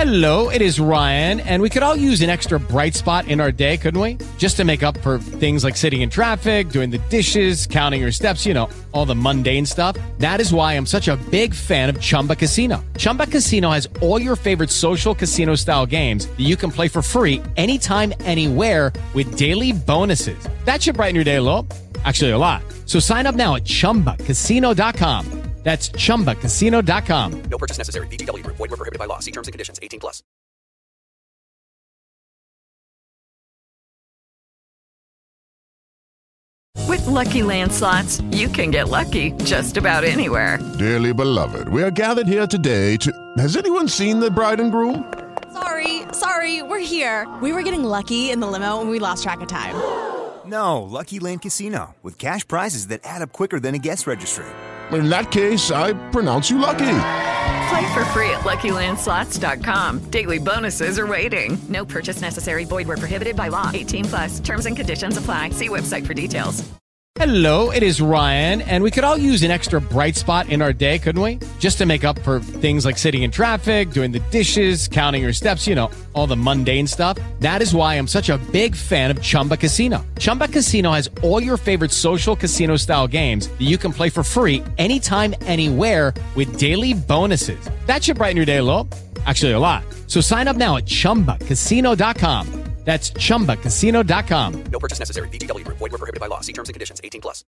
Hello, it is Ryan, and we could all use an extra bright spot in our day, couldn't we? Just to make up for things like sitting in traffic, doing the dishes, counting your steps, you know, all the mundane stuff. That is why I'm such a big fan of Chumba Casino. Chumba Casino has all your favorite social casino-style games that you can play for free anytime, anywhere with daily bonuses. That should brighten your day a little. Actually, a lot. So sign up now at ChumbaCasino.com. That's ChumbaCasino.com. No purchase necessary. VGW Group. Void where prohibited by law. See terms and conditions. 18+. With Lucky Land Slots, you can get lucky just about anywhere. Dearly beloved, we are gathered here today to... Has anyone seen the bride and groom? Sorry, we're here. We were getting lucky in the limo and we lost track of time. No, Lucky Land Casino, with cash prizes that add up quicker than a guest registry. In that case, I pronounce you lucky. Play for free at LuckyLandSlots.com. Daily bonuses are waiting. No purchase necessary. Void where prohibited by law. 18+. Terms and conditions apply. See website for details. Hello, it is Ryan, and we could all use an extra bright spot in our day, couldn't we? Just to make up for things like sitting in traffic, doing the dishes, counting your steps, you know, all the mundane stuff. That is why I'm such a big fan of Chumba Casino. Chumba Casino has all your favorite social casino-style games that you can play for free anytime, anywhere with daily bonuses. That should brighten your day a little. Actually, a lot. So sign up now at ChumbaCasino.com. That's ChumbaCasino.com. No purchase necessary. VGW Group. Void where prohibited by law. See terms and conditions. 18+.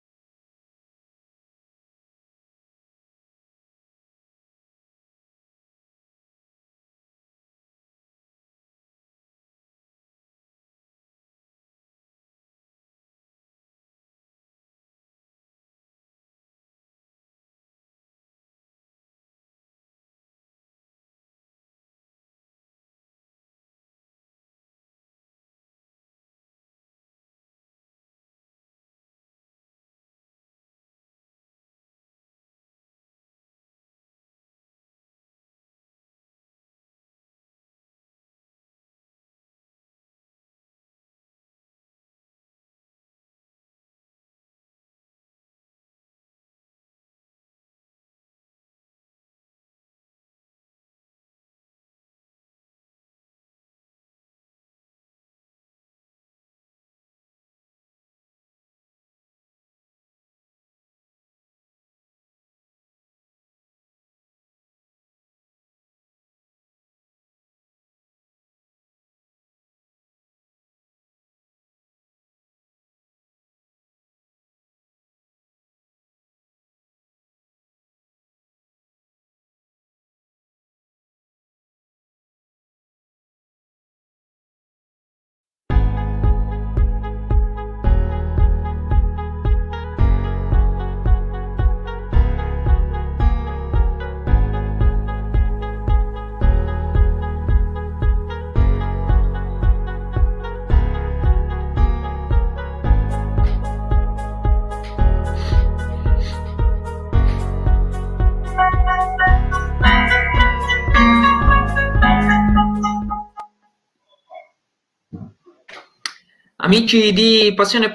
Amici di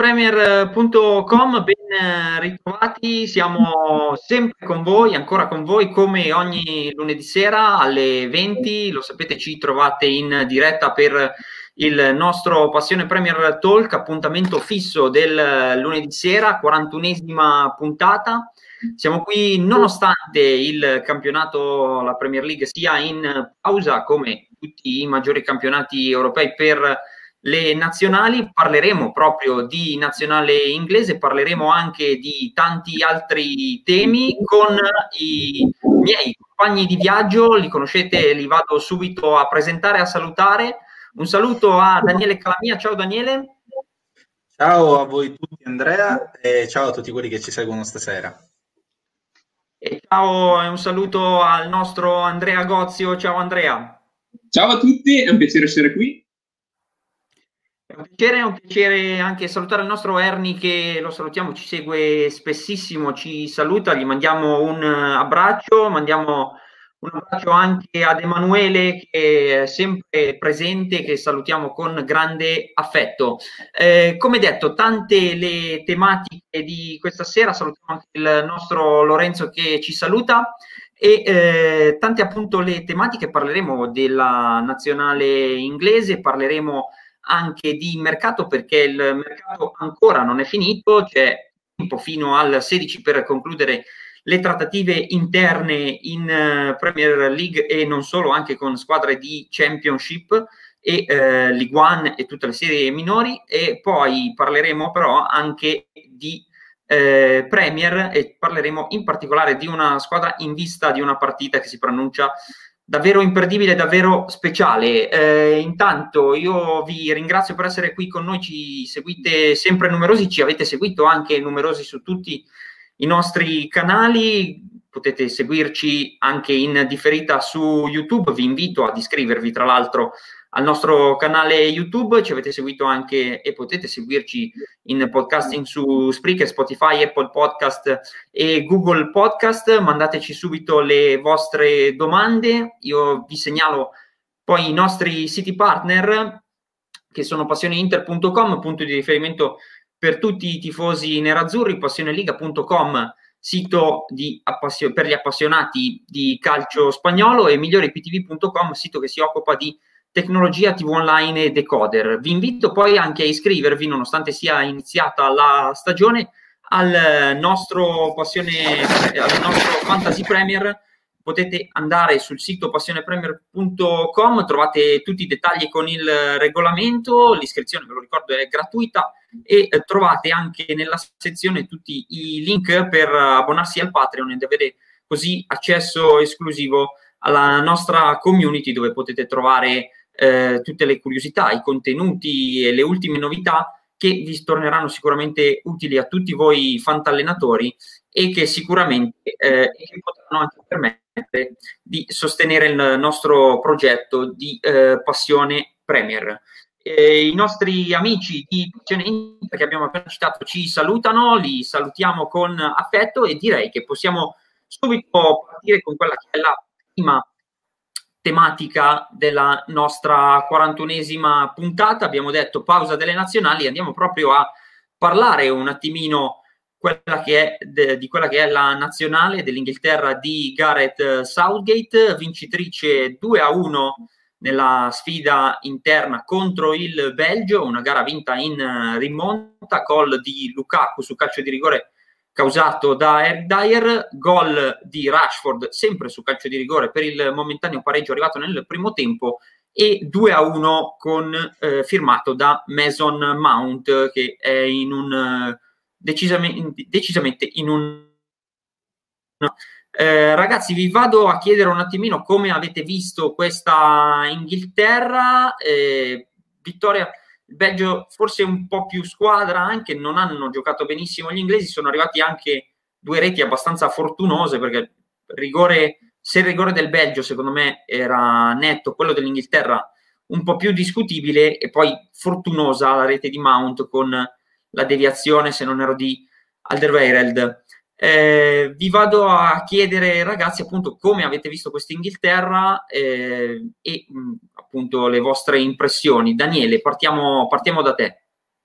PassionePremier.com, ben ritrovati, siamo sempre con voi, ancora con voi come ogni lunedì sera alle 20, lo sapete ci trovate in diretta per il nostro Passione Premier Talk, appuntamento fisso del lunedì sera, 41esima puntata. Siamo qui nonostante il campionato, la Premier League sia in pausa come tutti i maggiori campionati europei per le nazionali. Parleremo proprio di nazionale inglese, parleremo anche di tanti altri temi con i miei compagni di viaggio, li conoscete, li vado subito a presentare, a salutare. Un saluto a Daniele Calamia, ciao Daniele. Ciao a voi tutti Andrea e ciao a tutti quelli che ci seguono stasera. E ciao e un saluto al nostro Andrea Gozio, ciao Andrea. Ciao a tutti, è un piacere essere qui. È un piacere anche salutare il nostro Erni che lo salutiamo, ci segue spessissimo, ci saluta, gli mandiamo un abbraccio, mandiamo un abbraccio anche ad Emanuele che è sempre presente, che salutiamo con grande affetto. Come detto, tante le tematiche di questa sera, salutiamo anche il nostro Lorenzo che ci saluta. e tante appunto le tematiche. Parleremo della nazionale inglese, parleremo anche di mercato, perché il mercato ancora non è finito, c'è tempo fino al 16 per concludere le trattative interne in Premier League e non solo, anche con squadre di Championship e League One e tutte le serie minori. E poi parleremo però anche di Premier, e parleremo in particolare di una squadra in vista di una partita che si pronuncia davvero imperdibile, davvero speciale. Intanto io vi ringrazio per essere qui con noi, ci seguite sempre numerosi, ci avete seguito anche numerosi su tutti i nostri canali, potete seguirci anche in differita su YouTube, vi invito ad iscrivervi tra l'altro al nostro canale YouTube, ci avete seguito anche e potete seguirci in podcasting su Spreaker, Spotify, Apple Podcast e Google Podcast. Mandateci subito le vostre domande, io vi segnalo poi i nostri siti partner che sono passioneinter.com, punto di riferimento per tutti i tifosi nerazzurri, passioneliga.com, sito per gli appassionati di calcio spagnolo, e miglioriptv.com, sito che si occupa di tecnologia TV online e decoder. Vi invito poi anche a iscrivervi, nonostante sia iniziata la stagione, al nostro Fantasy Premier. Potete andare sul sito passionepremier.com, trovate tutti i dettagli con il regolamento, l'iscrizione, ve lo ricordo, è gratuita, e trovate anche nella sezione tutti i link per abbonarsi al Patreon ed avere così accesso esclusivo alla nostra community, dove potete trovare tutte le curiosità, i contenuti e le ultime novità che vi torneranno sicuramente utili a tutti voi fantallenatori, e che sicuramente potranno anche permettere di sostenere il nostro progetto di Passione Premier. I nostri amici di Passione Inter che abbiamo appena citato ci salutano, li salutiamo con affetto, e direi che possiamo subito partire con quella che è la prima tematica della nostra 41esima puntata. Abbiamo detto pausa delle nazionali, andiamo proprio a parlare un attimino di quella che è la nazionale dell'Inghilterra di Gareth Southgate, vincitrice 2-1 nella sfida interna contro il Belgio, una gara vinta in rimonta, gol di Lukaku su calcio di rigore causato da Eric Dyer, gol di Rashford sempre su calcio di rigore per il momentaneo pareggio arrivato nel primo tempo, e 2-1 firmato da Mason Mount, che è in un decisamente in un ragazzi, vi vado a chiedere un attimino come avete visto questa Inghilterra. Vittoria, il Belgio forse un po' più squadra, anche non hanno giocato benissimo gli inglesi, sono arrivati anche 2 reti abbastanza fortunose, perché se il rigore del Belgio secondo me era netto, quello dell'Inghilterra un po' più discutibile, e poi fortunosa la rete di Mount con la deviazione, se non ero di Alderweireld. Vi vado a chiedere, ragazzi, appunto come avete visto questa Inghilterra e appunto le vostre impressioni. Daniele, partiamo da te.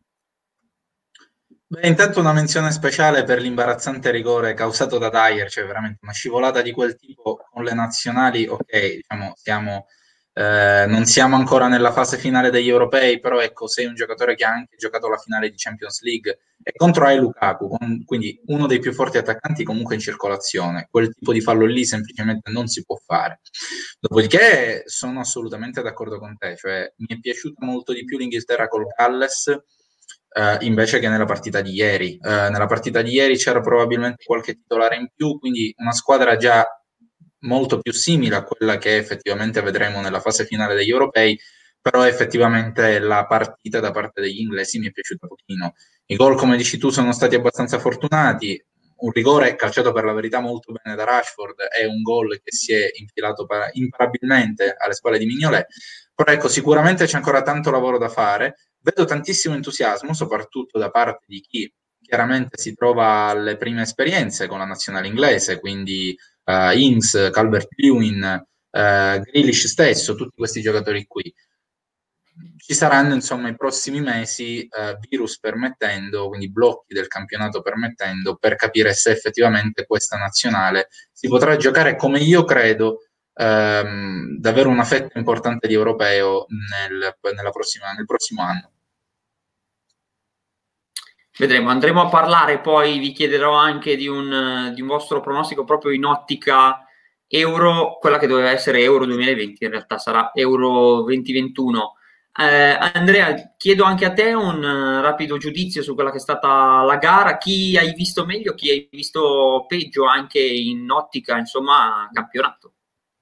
Beh, intanto una menzione speciale per l'imbarazzante rigore causato da Dyer, cioè veramente una scivolata di quel tipo con le nazionali. Ok, diciamo non siamo ancora nella fase finale degli europei, però ecco, sei un giocatore che ha anche giocato la finale di Champions League e contro Lukaku, quindi uno dei più forti attaccanti comunque in circolazione, quel tipo di fallo lì semplicemente non si può fare. Dopodiché sono assolutamente d'accordo con te, cioè mi è piaciuta molto di più l'Inghilterra col Galles invece che nella partita di ieri. Nella partita di ieri c'era probabilmente qualche titolare in più, quindi una squadra già molto più simile a quella che effettivamente vedremo nella fase finale degli europei, però effettivamente la partita da parte degli inglesi mi è piaciuta pochino. I gol, come dici tu, sono stati abbastanza fortunati, un rigore calciato per la verità molto bene da Rashford è un gol che si è infilato imparabilmente alle spalle di Mignolet, però ecco, sicuramente c'è ancora tanto lavoro da fare. Vedo tantissimo entusiasmo, soprattutto da parte di chi chiaramente si trova alle prime esperienze con la nazionale inglese, quindi Ings, Calvert-Lewin, Grealish stesso, tutti questi giocatori qui. ci saranno insomma i prossimi mesi, virus permettendo, quindi blocchi del campionato permettendo, per capire se effettivamente questa nazionale si potrà giocare, come io credo, davvero una fetta importante di europeo nel prossimo anno. Vedremo, andremo a parlare, poi vi chiederò anche di un vostro pronostico proprio in ottica Euro, quella che doveva essere Euro 2020, in realtà sarà Euro 2021. Andrea, chiedo anche a te un rapido giudizio su quella che è stata la gara. Chi hai visto meglio, chi hai visto peggio anche in ottica, insomma, campionato?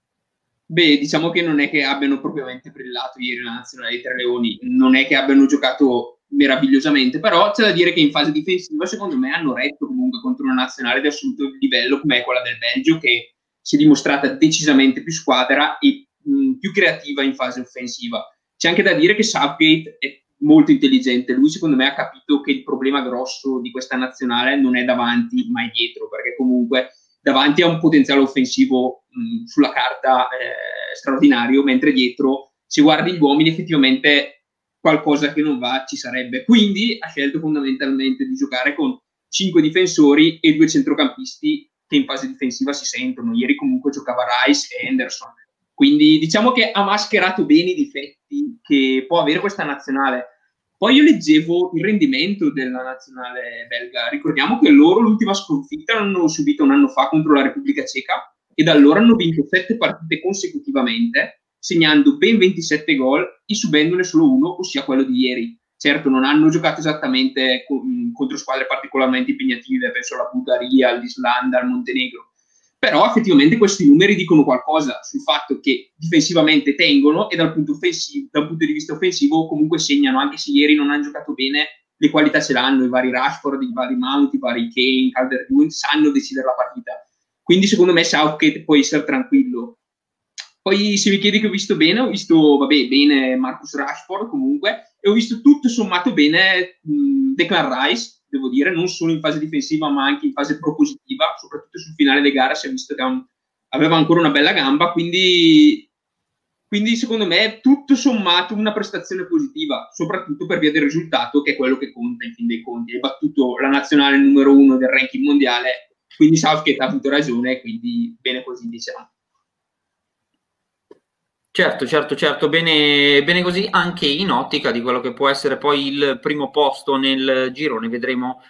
Beh, diciamo che non è che abbiano propriamente brillato ieri la nazionale dei Tre Leoni, non è che abbiano giocato meravigliosamente, però c'è da dire che in fase difensiva secondo me hanno retto comunque contro una nazionale di assoluto livello come è quella del Belgio, che si è dimostrata decisamente più squadra e più creativa in fase offensiva. C'è anche da dire che Southgate è molto intelligente, lui secondo me ha capito che il problema grosso di questa nazionale non è davanti ma è dietro, perché comunque davanti ha un potenziale offensivo sulla carta straordinario, mentre dietro, se guardi gli uomini, effettivamente qualcosa che non va ci sarebbe. Quindi ha scelto fondamentalmente di giocare con 5 difensori e 2 centrocampisti che in fase difensiva si sentono. Ieri comunque giocava Rice e Henderson. Quindi diciamo che ha mascherato bene i difetti che può avere questa nazionale. Poi io leggevo il rendimento della nazionale belga. Ricordiamo che loro l'ultima sconfitta l'hanno subita un anno fa contro la Repubblica Ceca e da allora hanno vinto 7 partite consecutivamente, segnando ben 27 gol e subendone solo uno, ossia quello di ieri. Certo, non hanno giocato esattamente contro squadre particolarmente impegnative, penso alla Bulgaria, all'Islanda, al Montenegro. Però effettivamente questi numeri dicono qualcosa sul fatto che difensivamente tengono e dal punto di vista offensivo comunque segnano, anche se ieri non hanno giocato bene, le qualità ce l'hanno, i vari Rashford, i vari Mount, i vari Kane, Calvert-Lewin sanno decidere la partita. Quindi secondo me Southgate può essere tranquillo. Poi se mi chiedi che ho visto bene, ho visto bene Marcus Rashford comunque, e ho visto tutto sommato bene Declan Rice, devo dire, non solo in fase difensiva ma anche in fase propositiva, soprattutto sul finale delle gare si è visto che aveva ancora una bella gamba, quindi secondo me tutto sommato una prestazione positiva, soprattutto per via del risultato, che è quello che conta in fin dei conti. Hai battuto la nazionale numero 1 del ranking mondiale, quindi Southgate ha avuto ragione, quindi bene così, diciamo. Certo, bene così, anche in ottica di quello che può essere poi il primo posto nel girone. Vedremo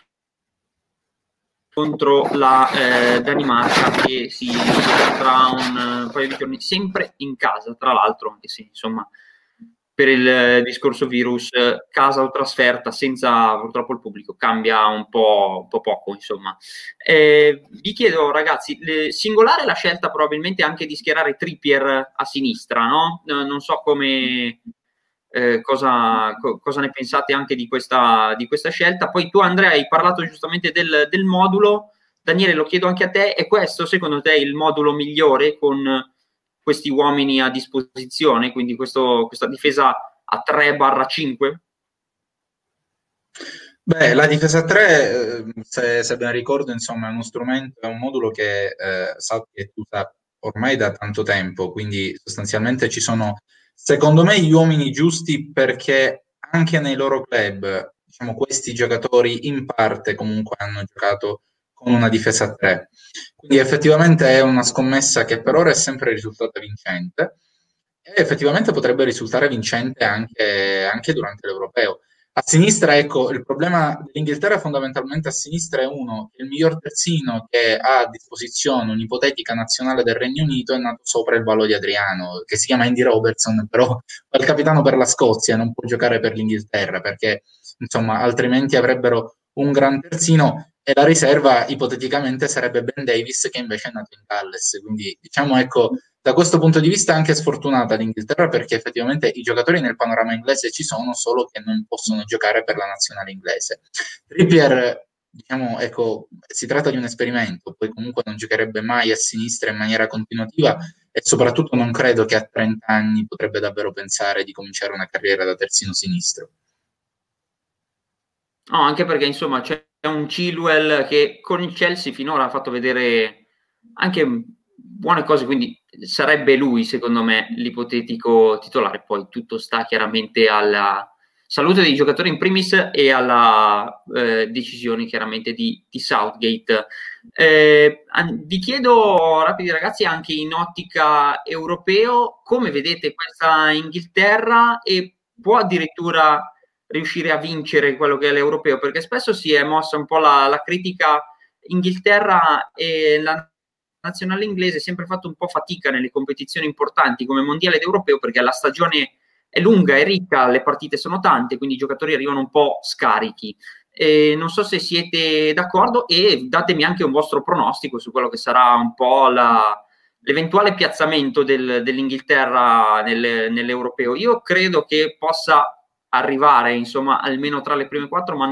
contro la Danimarca, che si gioca tra un paio di giorni, sempre in casa, tra l'altro, anche se insomma per il discorso virus, casa o trasferta senza purtroppo il pubblico cambia un po' poco, insomma. Vi chiedo, ragazzi, singolare la scelta probabilmente anche di schierare Trippier a sinistra, no? Non so come cosa ne pensate anche di questa scelta. Poi tu, Andrea, hai parlato giustamente del modulo. Daniele, lo chiedo anche a te, è questo secondo te il modulo migliore con questi uomini a disposizione, quindi questa difesa a 3/5? Beh, la difesa a 3, se ben ricordo, insomma, è uno strumento, è un modulo che Southgate usa ormai da tanto tempo, quindi sostanzialmente ci sono, secondo me, gli uomini giusti, perché anche nei loro club, diciamo, questi giocatori in parte comunque hanno giocato con una difesa a 3. Quindi effettivamente è una scommessa che per ora è sempre risultata vincente e effettivamente potrebbe risultare vincente anche durante l'Europeo. A sinistra, ecco, il problema dell'Inghilterra fondamentalmente a sinistra è che il miglior terzino che ha a disposizione un'ipotetica nazionale del Regno Unito è nato sopra il ballo di Adriano, che si chiama Andy Robertson, però è il capitano per la Scozia, non può giocare per l'Inghilterra perché insomma altrimenti avrebbero un gran terzino. E la riserva ipoteticamente sarebbe Ben Davis, che invece è nato in Galles. Quindi diciamo, ecco, da questo punto di vista anche sfortunata l'Inghilterra, perché effettivamente i giocatori nel panorama inglese ci sono, solo che non possono giocare per la nazionale inglese. Trippier, diciamo, ecco, si tratta di un esperimento, poi comunque non giocherebbe mai a sinistra in maniera continuativa e soprattutto non credo che a 30 anni potrebbe davvero pensare di cominciare una carriera da terzino sinistro. No, anche perché insomma c'è un Chilwell che con il Chelsea finora ha fatto vedere anche buone cose, quindi sarebbe lui secondo me l'ipotetico titolare. Poi tutto sta chiaramente alla salute dei giocatori in primis e alla decisione chiaramente di Southgate. Vi chiedo, rapidi ragazzi, anche in ottica europeo, come vedete questa Inghilterra, e può addirittura riuscire a vincere quello che è l'europeo, perché spesso si è mossa un po' la critica. Inghilterra e la nazionale inglese ha sempre fatto un po' fatica nelle competizioni importanti come mondiale ed europeo, perché la stagione è lunga, è ricca, le partite sono tante, quindi i giocatori arrivano un po' scarichi. Non so se siete d'accordo, e datemi anche un vostro pronostico su quello che sarà un po' l'eventuale piazzamento dell'Inghilterra nell'europeo. Io credo che possa arrivare, insomma, almeno tra le prime 4, ma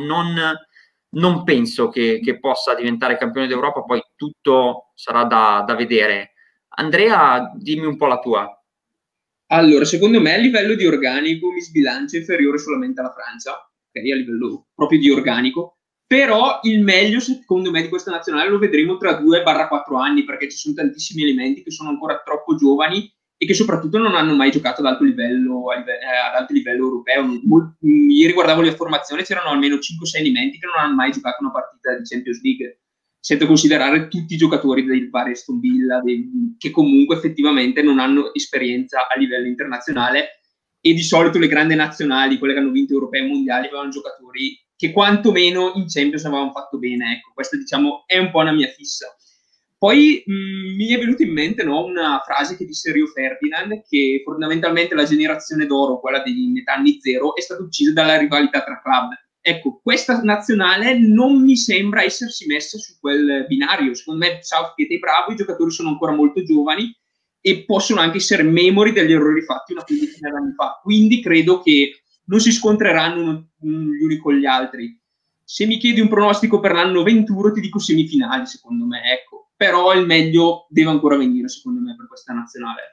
non penso che possa diventare campione d'Europa. Poi tutto sarà da vedere. Andrea, dimmi un po' la tua. Allora, secondo me a livello di organico mi sbilancia inferiore solamente alla Francia, ok, a livello proprio di organico, però il meglio secondo me di questa nazionale lo vedremo tra 2-4 anni, perché ci sono tantissimi elementi che sono ancora troppo giovani e che soprattutto non hanno mai giocato ad alto livello, ad alto livello europeo. Ieri guardavo le formazioni, c'erano almeno 5-6 elementi che non hanno mai giocato una partita di Champions League, senza considerare tutti i giocatori del vari Aston Villa, che comunque effettivamente non hanno esperienza a livello internazionale, e di solito le grandi nazionali, quelle che hanno vinto europei e mondiali, avevano giocatori che quantomeno in Champions avevano fatto bene. Ecco, questa diciamo è un po' una mia fissa. Poi mi è venuta in mente, no, una frase che disse Rio Ferdinand, che fondamentalmente la generazione d'oro, quella dei metà anni zero, è stata uccisa dalla rivalità tra club. Ecco, questa nazionale non mi sembra essersi messa su quel binario. Secondo me Southgate è bravo, i giocatori sono ancora molto giovani e possono anche essere memori degli errori fatti una quindicina d'anni fa. Quindi credo che non si scontreranno gli uni con gli altri. Se mi chiedi un pronostico per l'anno 21, ti dico semifinali, secondo me, ecco. Però il meglio deve ancora venire, secondo me, per questa nazionale.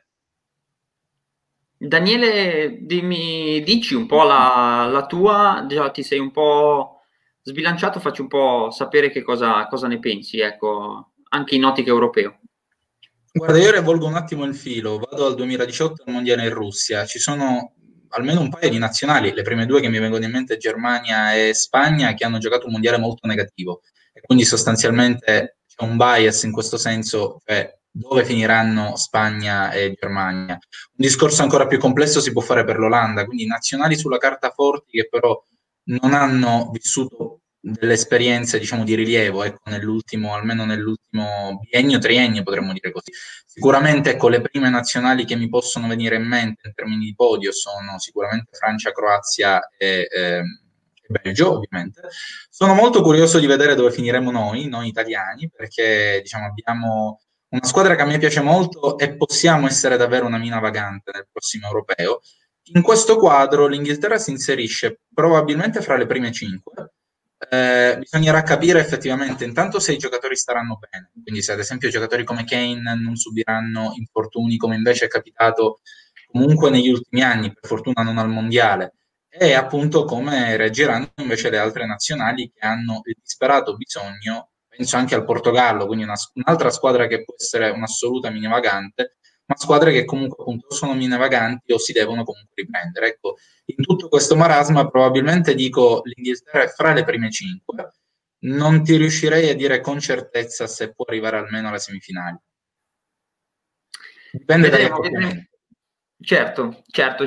Daniele, dici un po' la tua. Già ti sei un po' sbilanciato, facci un po' sapere che cosa ne pensi, ecco, anche in ottica europeo. Guarda, io rivolgo un attimo il filo, vado al 2018 al mondiale in Russia. Ci sono almeno un paio di nazionali, le prime due che mi vengono in mente, Germania e Spagna, che hanno giocato un mondiale molto negativo, e quindi sostanzialmente c'è un bias in questo senso, cioè dove finiranno Spagna e Germania. Un discorso ancora più complesso si può fare per l'Olanda, quindi nazionali sulla carta forti che però non hanno vissuto delle esperienze, diciamo, di rilievo, ecco, almeno nell'ultimo biennio, triennio, potremmo dire così. Sicuramente, ecco, le prime nazionali che mi possono venire in mente in termini di podio sono sicuramente Francia, Croazia e Belgio, ovviamente. Sono molto curioso di vedere dove finiremo noi italiani, perché, diciamo, abbiamo una squadra che a me piace molto e possiamo essere davvero una mina vagante nel prossimo europeo. In questo quadro l'Inghilterra si inserisce probabilmente fra le prime 5. Bisognerà capire effettivamente intanto se i giocatori staranno bene, quindi se ad esempio giocatori come Kane non subiranno infortuni, come invece è capitato comunque negli ultimi anni, per fortuna non al mondiale, e appunto come reagiranno invece le altre nazionali che hanno il disperato bisogno. Penso anche al Portogallo, quindi un'altra squadra che può essere un'assoluta minivagante, ma squadre che comunque appunto sono minavaganti o si devono comunque riprendere. Ecco, in tutto questo marasma probabilmente dico l'Inghilterra è fra le prime 5, non ti riuscirei a dire con certezza se può arrivare almeno alle semifinali. Dipende dagli accoppiamenti. Certo.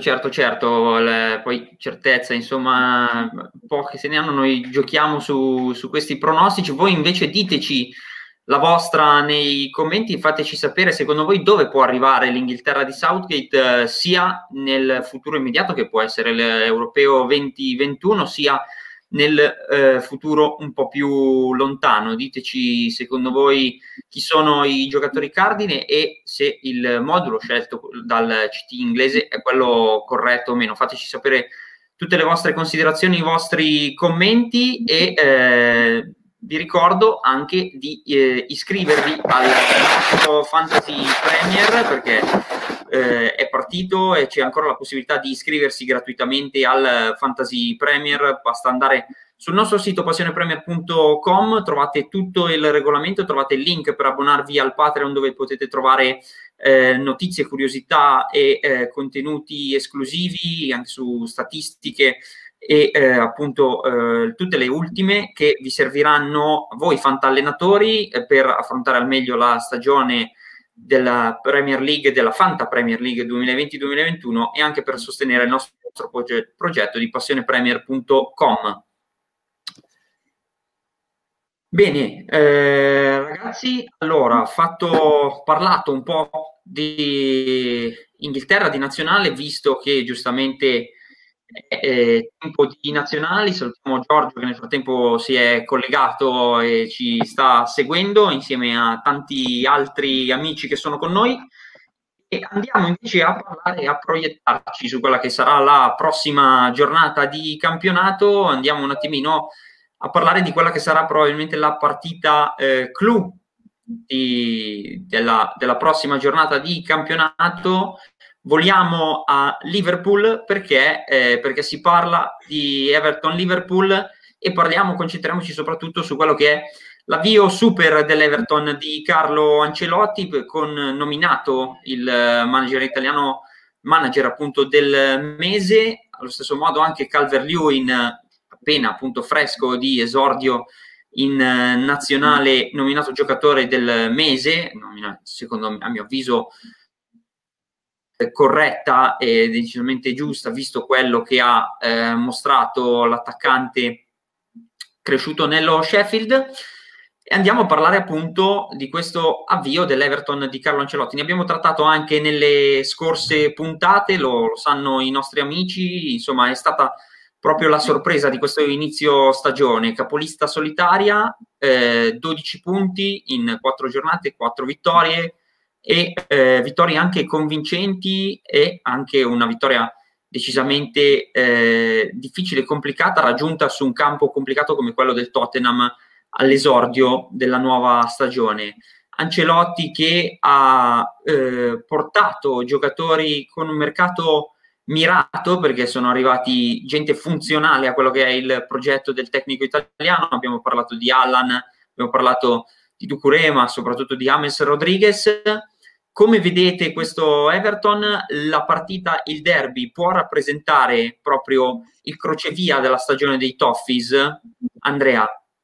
Poi certezza, insomma, pochi se ne hanno. Noi giochiamo su questi pronostici. Voi invece diteci la vostra nei commenti, fateci sapere secondo voi dove può arrivare l'Inghilterra di Southgate, sia nel futuro immediato, che può essere l'Europeo 2021, sia nel futuro un po' più lontano. Diteci secondo voi chi sono i giocatori cardine e se il modulo scelto dal CT inglese è quello corretto o meno. Fateci sapere tutte le vostre considerazioni, i vostri commenti, e vi ricordo anche di iscrivervi al nostro Fantasy Premier, perché è partito e c'è ancora la possibilità di iscriversi gratuitamente al Fantasy Premier. Basta andare Sul nostro sito passionepremier.com trovate tutto il regolamento, trovate il link per abbonarvi al Patreon, dove potete trovare notizie, curiosità e contenuti esclusivi anche su statistiche e appunto tutte le ultime che vi serviranno a voi fantallenatori per affrontare al meglio la stagione della Premier League, della Fanta Premier League 2020-2021 e anche per sostenere il nostro progetto di passionepremier.com. Bene, ragazzi, allora, parlato un po' di Inghilterra, di nazionale, visto che giustamente è tempo di nazionali. Salutiamo Giorgio che nel frattempo si è collegato e ci sta seguendo insieme a tanti altri amici che sono con noi, e andiamo invece a parlare e a proiettarci su quella che sarà la prossima giornata di campionato. Andiamo un attimino a parlare di quella che sarà probabilmente la partita clou della prossima giornata di campionato. Voliamo a Liverpool perché si parla di Everton-Liverpool e concentriamoci soprattutto su quello che è l'avvio super dell'Everton di Carlo Ancelotti, con nominato il manager italiano manager appunto del mese. Allo stesso modo anche Calvert-Lewin, appena appunto fresco di esordio in nazionale, nominato giocatore del mese, secondo me, a mio avviso corretta e decisamente giusta, visto quello che ha mostrato l'attaccante cresciuto nello Sheffield. E andiamo a parlare appunto di questo avvio dell'Everton di Carlo Ancelotti. Ne abbiamo trattato anche nelle scorse puntate, lo sanno i nostri amici, insomma è stata proprio la sorpresa di questo inizio stagione. Capolista solitaria, 12 punti in 4 giornate, 4 vittorie e vittorie anche convincenti, e anche una vittoria decisamente difficile e complicata, raggiunta su un campo complicato come quello del Tottenham all'esordio della nuova stagione. Ancelotti che ha portato giocatori con un mercato mirato, perché sono arrivati gente funzionale a quello che è il progetto del tecnico italiano. Abbiamo parlato di Allan, abbiamo parlato di Doucouré, ma soprattutto di James Rodriguez. Come vedete questo Everton? La partita, il derby, può rappresentare proprio il crocevia della stagione dei Toffees? Andrea?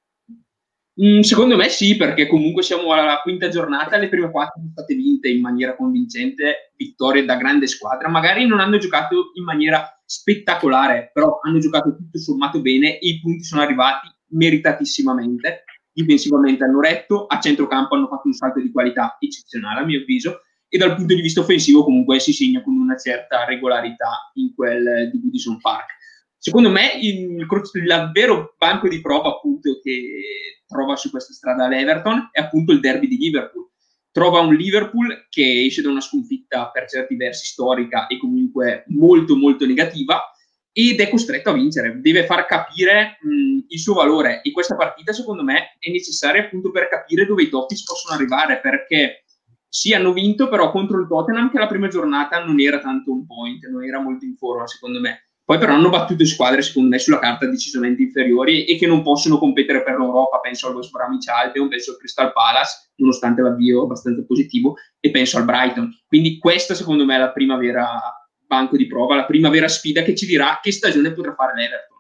Secondo me sì, perché comunque siamo alla quinta giornata, le prime 4 sono state vinte in maniera convincente, vittorie da grande squadra. Magari non hanno giocato in maniera spettacolare, però hanno giocato tutto sommato bene e i punti sono arrivati meritatissimamente. Difensivamente hanno retto, a centrocampo hanno fatto un salto di qualità eccezionale a mio avviso, e dal punto di vista offensivo comunque si segna con una certa regolarità in quel di Goodison Park. Secondo me il vero banco di prova appunto che trova su questa strada l'Everton è appunto il derby di Liverpool. Trova un Liverpool che esce da una sconfitta per certi versi storica e comunque molto molto negativa, ed è costretto a vincere, deve far capire il suo valore, e questa partita secondo me è necessaria appunto per capire dove i Toffees possono arrivare, perché sì, hanno vinto però contro il Tottenham, che la prima giornata non era tanto un point, non era molto in forma secondo me. Poi però hanno battuto squadre secondo me sulla carta decisamente inferiori e che non possono competere per l'Europa. Penso al West Bromwich Albion, penso al Crystal Palace, nonostante l'avvio abbastanza positivo, e penso al Brighton. Quindi questa secondo me è la prima vera banco di prova, la prima vera sfida che ci dirà che stagione potrà fare l'Everton.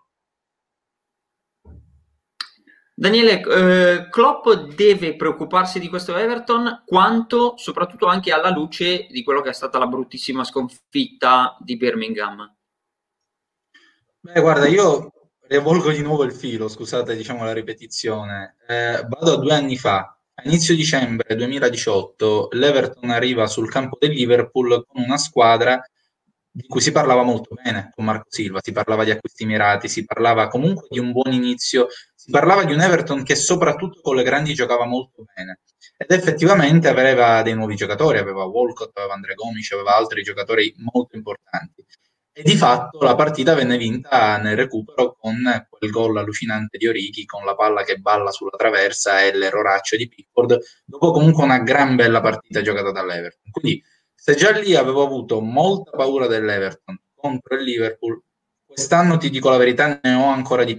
Daniele, Klopp deve preoccuparsi di questo Everton, quanto soprattutto anche alla luce di quello che è stata la bruttissima sconfitta di Birmingham? Beh, guarda, io rivolgo di nuovo il filo, scusate, diciamo la ripetizione. Vado a 2 anni fa, a inizio dicembre 2018, l'Everton arriva sul campo del Liverpool con una squadra di cui si parlava molto bene con Marco Silva, si parlava di acquisti mirati, si parlava comunque di un buon inizio, si parlava di un Everton che soprattutto con le grandi giocava molto bene, ed effettivamente aveva dei nuovi giocatori, aveva Walcott, aveva André Gomes, aveva altri giocatori molto importanti. E di fatto la partita venne vinta nel recupero con quel gol allucinante di Origi, con la palla che balla sulla traversa e l'erroraccio di Pickford, dopo comunque una gran bella partita giocata dall'Everton. Quindi se già lì avevo avuto molta paura dell'Everton contro il Liverpool, quest'anno ti dico la verità, ne ho ancora di più,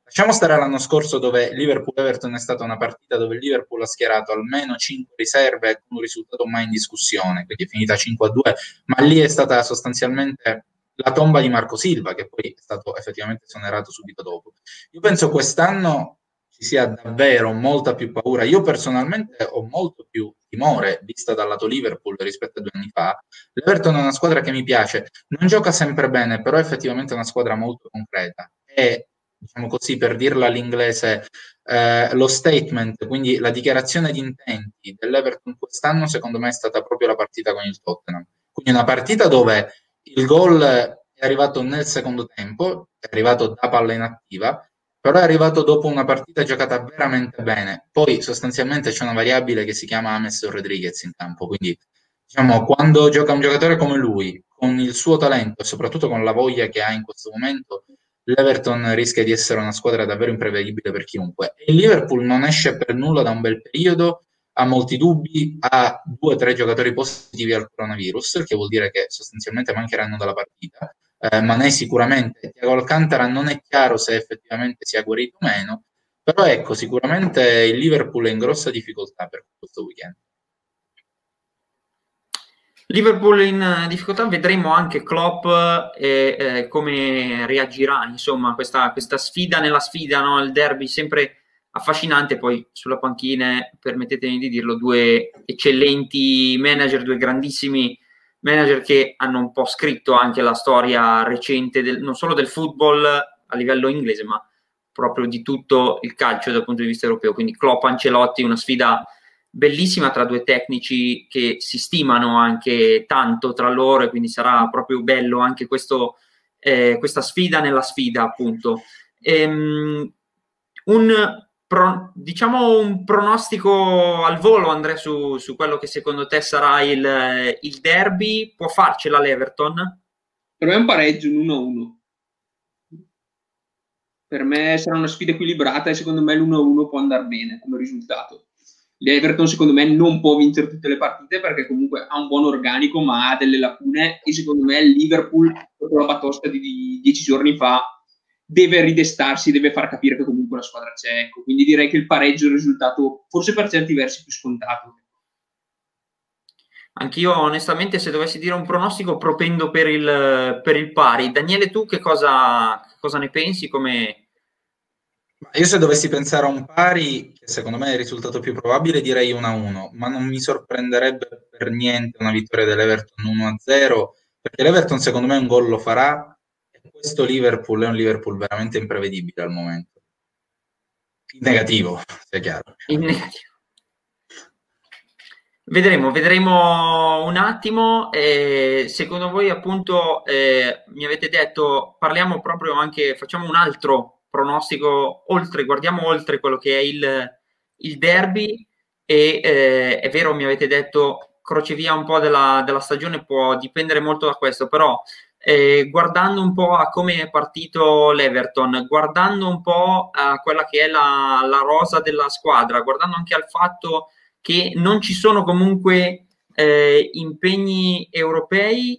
Lasciamo stare l'anno scorso dove Liverpool-Everton è stata una partita dove il Liverpool ha schierato almeno 5 riserve con un risultato mai in discussione, quindi è finita 5-2, ma lì è stata sostanzialmente la tomba di Marco Silva, che poi è stato effettivamente esonerato subito dopo. Io penso quest'anno ci sia davvero molta più paura. Io personalmente ho molto più timore, vista dal lato Liverpool rispetto a 2 anni fa. L'Everton è una squadra che mi piace, non gioca sempre bene, però è effettivamente una squadra molto concreta. E, diciamo così, per dirla all'inglese, lo statement, quindi la dichiarazione di intenti dell'Everton quest'anno, secondo me è stata proprio la partita con il Tottenham. Quindi una partita dove il gol è arrivato nel secondo tempo, è arrivato da palla inattiva, però è arrivato dopo una partita giocata veramente bene. Poi sostanzialmente c'è una variabile che si chiama James Rodriguez in campo, quindi diciamo quando gioca un giocatore come lui, con il suo talento e soprattutto con la voglia che ha in questo momento, l'Everton rischia di essere una squadra davvero imprevedibile per chiunque. E il Liverpool non esce per nulla da un bel periodo, ha molti dubbi, ha 2 o 3 giocatori positivi al coronavirus, che vuol dire che sostanzialmente mancheranno dalla partita. Mané sicuramente, Thiago Alcantara non è chiaro se effettivamente sia guarito o meno, però ecco, sicuramente il Liverpool è in grossa difficoltà per questo weekend. Liverpool in difficoltà, vedremo anche Klopp e come reagirà, insomma, questa sfida nella sfida, no? Il derby sempre affascinante, poi sulla panchina, permettetemi di dirlo, 2 eccellenti manager, 2 grandissimi manager che hanno un po' scritto anche la storia recente non solo del football a livello inglese, ma proprio di tutto il calcio dal punto di vista europeo. Quindi Klopp-Ancelotti, una sfida bellissima tra 2 tecnici che si stimano anche tanto tra loro, e quindi sarà proprio bello anche questa sfida nella sfida, appunto. Diciamo un pronostico al volo, Andrea, su quello che secondo te sarà il derby. Può farcela l'Everton? Per me è un pareggio, un 1-1. Per me sarà una sfida equilibrata e secondo me l'1-1 può andare bene come risultato. L'Everton secondo me non può vincere tutte le partite perché comunque ha un buon organico ma ha delle lacune, e secondo me il Liverpool, dopo la batosta di 10 giorni fa, deve ridestarsi, deve far capire che comunque la squadra c'è, ecco. Quindi direi che il pareggio è il risultato forse per certi versi più scontato. Anch'io onestamente, se dovessi dire un pronostico, propendo per il pari. Daniele, tu che cosa ne pensi? Io se dovessi pensare a un pari, che secondo me è il risultato più probabile, direi 1-1, ma non mi sorprenderebbe per niente una vittoria dell'Everton 1-0, perché l'Everton secondo me un gol lo farà, e questo Liverpool è un Liverpool veramente imprevedibile al momento. In negativo, sia chiaro. In negativo. Vedremo un attimo. Secondo voi, appunto, mi avete detto, parliamo proprio anche, facciamo un altro pronostico, guardiamo oltre quello che è il derby, e è vero, mi avete detto, crocevia un po' della stagione può dipendere molto da questo, però guardando un po' a come è partito l'Everton, guardando un po' a quella che è la rosa della squadra, guardando anche al fatto che non ci sono comunque impegni europei,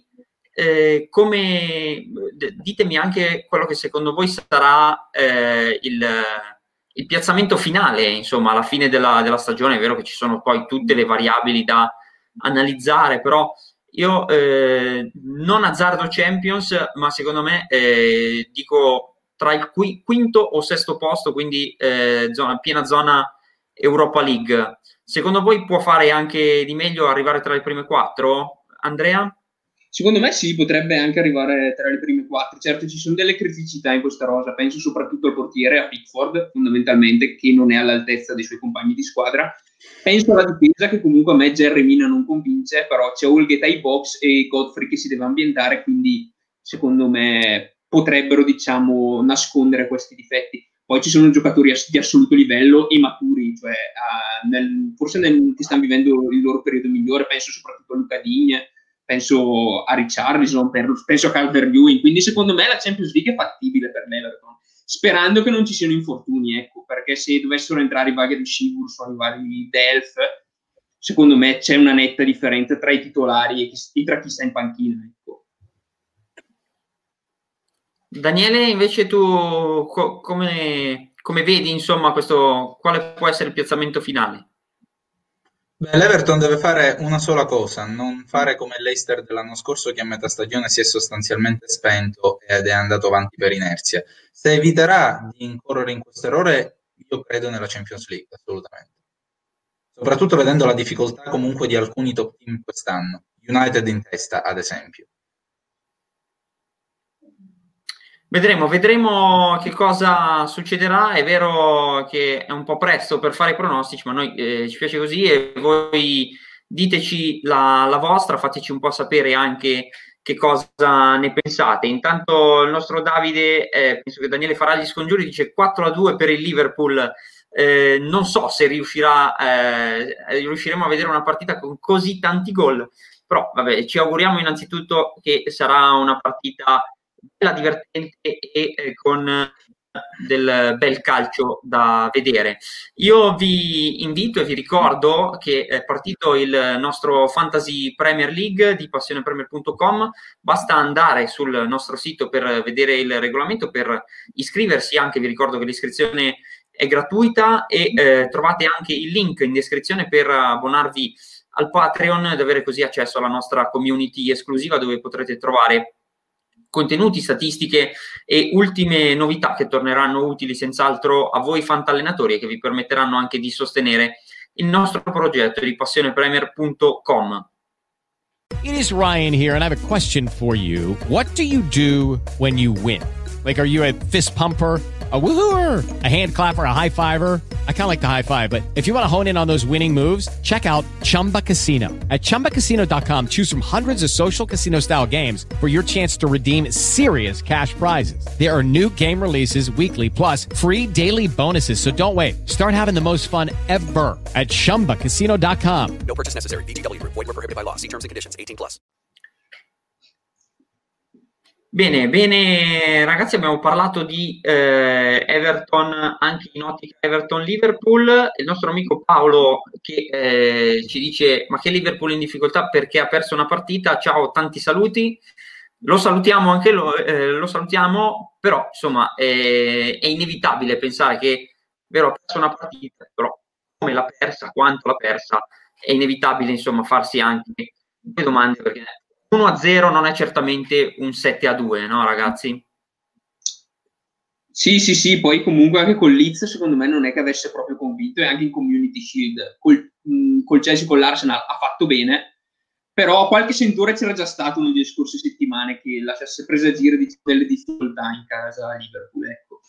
ditemi anche quello che secondo voi sarà il piazzamento finale, insomma, alla fine della stagione. È vero che ci sono poi tutte le variabili da analizzare, però io non azzardo Champions, ma secondo me dico tra il quinto o sesto posto, quindi piena zona Europa League. Secondo voi può fare anche di meglio, arrivare tra le prime 4? Andrea? Secondo me sì, potrebbe anche arrivare tra le prime 4. Certo, ci sono delle criticità in questa rosa, penso soprattutto al portiere, a Pickford, fondamentalmente, che non è all'altezza dei suoi compagni di squadra. Penso alla difesa, che comunque a me Jerry Mina non convince, però c'è Holgate ai box e Godfrey che si deve ambientare, quindi secondo me potrebbero, diciamo, nascondere questi difetti. Poi ci sono giocatori di assoluto livello e maturi, cioè forse che stanno vivendo il loro periodo migliore. Penso soprattutto a Luca Digne, penso a Richarlison, penso a Calvert-Lewin. Quindi secondo me la Champions League è fattibile per l'Everton, sperando che non ci siano infortuni, ecco, perché se dovessero entrare i vari Shivurs o i vari Delph, secondo me c'è una netta differenza tra i titolari e tra chi sta in panchina, ecco. Daniele, invece tu come vedi, insomma, quale può essere il piazzamento finale? Beh, l'Everton deve fare una sola cosa, non fare come il Leicester dell'anno scorso che a metà stagione si è sostanzialmente spento ed è andato avanti per inerzia. Se eviterà di incorrere in questo errore, io credo nella Champions League, assolutamente. Soprattutto vedendo la difficoltà comunque di alcuni top team quest'anno, United in testa, ad esempio. Vedremo che cosa succederà. È vero che è un po' presto per fare i pronostici, ma noi ci piace così e voi diteci la vostra, fateci un po' sapere anche che cosa ne pensate. Intanto il nostro Davide, penso che Daniele farà gli scongiuri, dice 4-2 per il Liverpool. Non so se riusciremo a vedere una partita con così tanti gol, però vabbè, ci auguriamo innanzitutto che sarà una partita bella, divertente e con del bel calcio da vedere. Io vi invito e vi ricordo che è partito il nostro Fantasy Premier League di passionepremier.com. Basta andare sul nostro sito per vedere il regolamento, per iscriversi. Anche vi ricordo che l'iscrizione è gratuita e trovate anche il link in descrizione per abbonarvi al Patreon ed avere così accesso alla nostra community esclusiva, dove potrete trovare contenuti, statistiche e ultime novità che torneranno utili senz'altro a voi fantallenatori e che vi permetteranno anche di sostenere il nostro progetto di passionepremier.com. It is Ryan here, and I have a question for you. What do you do when you win? Like, are you a fist pumper, a woohooer, a hand clapper, a high fiver? I kind of like the high five, but if you want to hone in on those winning moves, check out Chumba Casino. At ChumbaCasino.com, choose from hundreds of social casino style games for your chance to redeem serious cash prizes. There are new game releases weekly, plus free daily bonuses. So don't wait. Start having the most fun ever at ChumbaCasino.com. No purchase necessary. VGW Group. Void where prohibited by law. See terms and conditions. 18+. Bene, ragazzi, abbiamo parlato di Everton, anche in ottica Everton-Liverpool. Il nostro amico Paolo che ci dice: ma che Liverpool in difficoltà perché ha perso una partita? Ciao, tanti saluti. Lo salutiamo anche lo salutiamo, però insomma è inevitabile pensare che, vero, ha perso una partita, però come l'ha persa, quanto l'ha persa, è inevitabile insomma farsi anche due domande, perché 1-0 non è certamente un 7-2, no ragazzi? Sì, poi comunque anche con Leeds secondo me non è che avesse proprio convinto, e anche in Community Shield col Chelsea, con l'Arsenal ha fatto bene, però qualche sentore c'era già stato nelle scorse settimane che lasciasse presagire delle difficoltà in casa a Liverpool, ecco.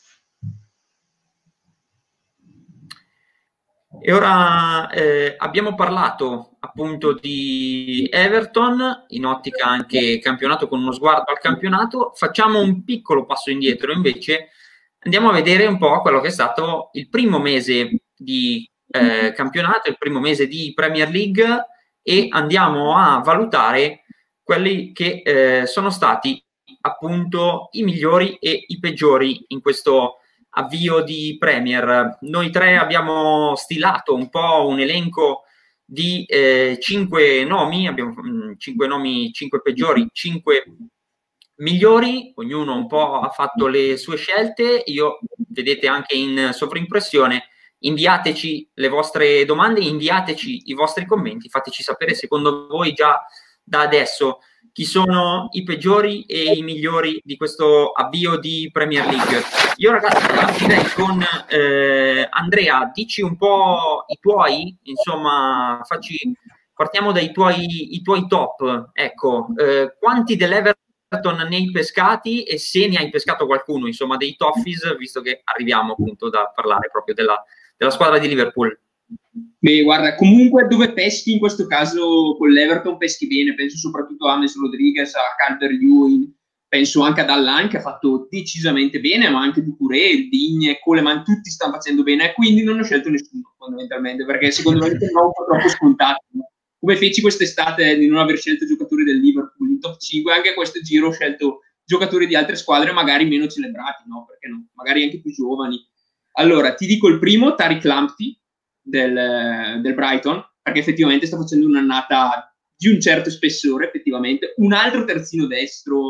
E ora abbiamo parlato appunto di Everton in ottica anche campionato, con uno sguardo al campionato. Facciamo un piccolo passo indietro, invece andiamo a vedere un po' quello che è stato il primo mese di campionato, il primo mese di Premier League, e andiamo a valutare quelli che sono stati appunto i migliori e i peggiori in questo avvio di Premier. Noi tre abbiamo stilato un po' un elenco di 5 nomi, abbiamo 5 nomi, 5 peggiori, 5 migliori, ognuno un po' ha fatto le sue scelte. Io, vedete anche in sovrimpressione, inviateci le vostre domande, inviateci i vostri commenti, fateci sapere secondo voi già da adesso chi sono i peggiori e i migliori di questo avvio di Premier League. Io ragazzi partirei con Andrea, dici un po' i tuoi, insomma, partiamo dai i tuoi top, ecco, quanti dell'Everton ne hai pescati, e se ne hai pescato qualcuno, insomma, dei Toffees, visto che arriviamo appunto da parlare proprio della squadra di Liverpool. Beh, guarda, comunque dove peschi in questo caso con l'Everton peschi bene, penso soprattutto a James Rodriguez, a Calvert-Lewin, penso anche ad Allan che ha fatto decisamente bene, ma anche Ducouré, Digne, Coleman, tutti stanno facendo bene, quindi non ho scelto nessuno fondamentalmente, perché secondo me sembrava un po' troppo scontato, no? Come feci quest'estate di non aver scelto giocatori del Liverpool in top 5, anche questo giro ho scelto giocatori di altre squadre magari meno celebrati, no? Perché no? Magari anche più giovani. Allora, ti dico il primo, Tariq Lamptey del Brighton, perché effettivamente sta facendo un'annata di un certo spessore, effettivamente. Un altro terzino destro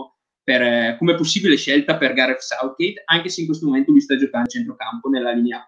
come possibile scelta per Gareth Southgate, anche se in questo momento lui sta giocando a centrocampo nella linea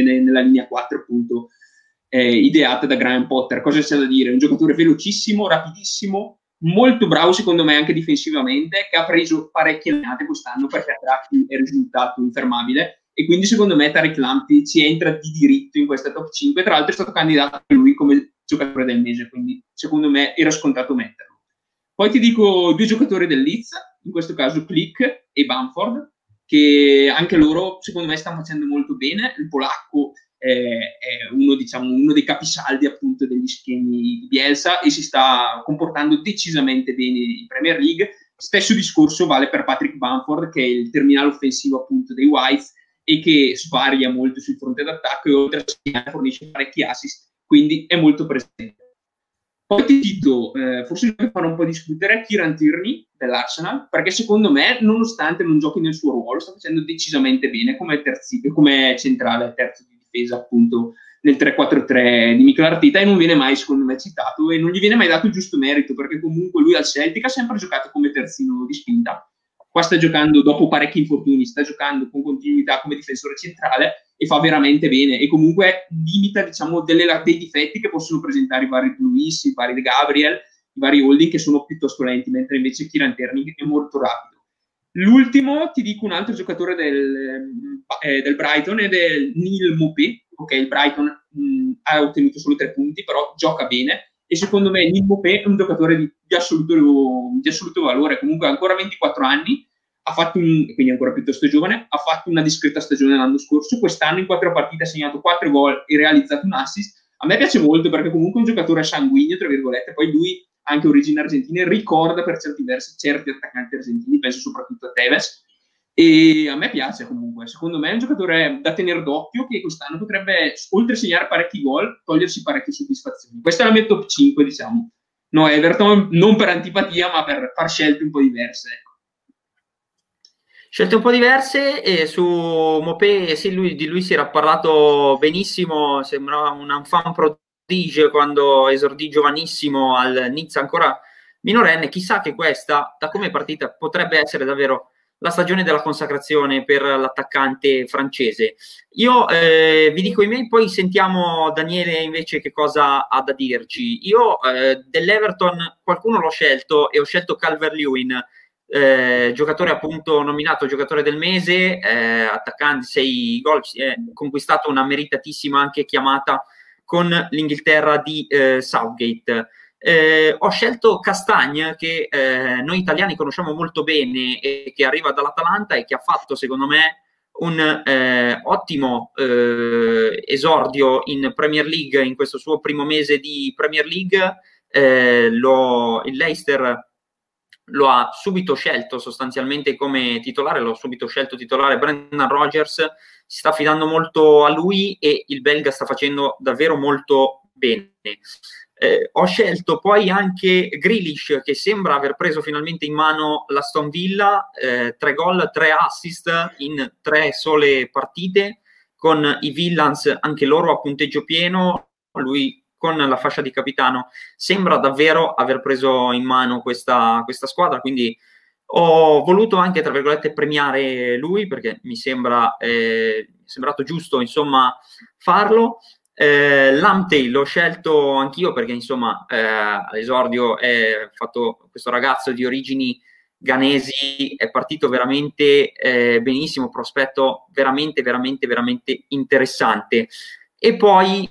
4 appunto ideata da Graham Potter. Cosa c'è da dire? Un giocatore velocissimo, rapidissimo, molto bravo secondo me anche difensivamente, che ha preso parecchie allenate quest'anno perché a tratti è risultato infermabile, e quindi secondo me Tariq Lamptey ci entra di diritto in questa top 5. Tra l'altro è stato candidato anche lui come giocatore del mese, quindi secondo me era scontato metterlo. Poi ti dico 2 giocatori del Leeds, in questo caso Klich e Bamford, che anche loro secondo me stanno facendo molto bene. Il polacco è uno dei capisaldi appunto degli schemi di Bielsa e si sta comportando decisamente bene in Premier League. Stesso discorso vale per Patrick Bamford, che è il terminale offensivo appunto dei Whites e che svaria molto sul fronte d'attacco, e oltre a segnare fornisce parecchi assist, quindi è molto presente. Poi ti cito, forse mi fanno un po' discutere, Kieran Tierney dell'Arsenal, perché secondo me, nonostante non giochi nel suo ruolo, sta facendo decisamente bene come centrale, terzo di difesa appunto nel 3-4-3 di Mikel Arteta, e non viene mai secondo me citato e non gli viene mai dato il giusto merito, perché comunque lui al Celtic ha sempre giocato come terzino di spinta. Qua sta giocando, dopo parecchi infortuni, sta giocando con continuità come difensore centrale e fa veramente bene, e comunque limita diciamo dei difetti che possono presentare i vari Luis, i vari De Gabriel, i vari Holding, che sono piuttosto lenti, mentre invece Kieran Tierney è molto rapido. L'ultimo, ti dico un altro giocatore del Brighton, ed è Neal Maupay. Ok, il Brighton ha ottenuto solo 3 punti, però gioca bene, e secondo me Neal Maupay è un giocatore di assoluto valore. Comunque ha ancora 24 anni, quindi ancora piuttosto giovane, ha fatto una discreta stagione l'anno scorso. Quest'anno in 4 partite ha segnato 4 gol e realizzato un assist. A me piace molto perché comunque è un giocatore sanguigno, tra virgolette. Poi lui ha anche origini argentine, ricorda per certi versi certi attaccanti argentini, penso soprattutto a Tevez, e a me piace comunque. Secondo me è un giocatore da tenere d'occhio, che quest'anno potrebbe, oltre a segnare parecchi gol, togliersi parecchie soddisfazioni. Questa è la mia top 5, diciamo. No, Everton non per antipatia, ma per far scelte un po' diverse, ecco. Scelte un po' diverse, e su Maupay sì, di lui si era parlato benissimo, sembrava un fan prodigio quando esordì giovanissimo al Nizza, ancora minorenne. Chissà che questa, da come è partita, potrebbe essere davvero la stagione della consacrazione per l'attaccante francese. Io vi dico i miei, poi sentiamo Daniele invece che cosa ha da dirci. Io dell'Everton qualcuno l'ho scelto, e ho scelto Calvert-Lewin, giocatore appunto nominato giocatore del mese, attaccante, 6 gol, conquistato una meritatissima anche chiamata con l'Inghilterra di Southgate. Ho scelto Castagne, che noi italiani conosciamo molto bene e che arriva dall'Atalanta e che ha fatto secondo me un ottimo esordio in Premier League in questo suo primo mese di Premier League. Il Leicester lo ha subito scelto sostanzialmente come titolare, l'ho subito scelto titolare. Brendan Rodgers si sta affidando molto a lui e il belga sta facendo davvero molto bene. Ho scelto poi anche Grealish, che sembra aver preso finalmente in mano l'Aston Villa, 3 gol, 3 assist in 3 sole partite, con i Villans anche loro a punteggio pieno. Lui con la fascia di capitano sembra davvero aver preso in mano questa squadra, quindi ho voluto anche, tra virgolette, premiare lui, perché mi sembra sembrato giusto insomma farlo. Lamptey l'ho scelto anch'io perché insomma all'esordio è fatto questo ragazzo di origini ghanesi, è partito veramente benissimo, prospetto veramente interessante. E poi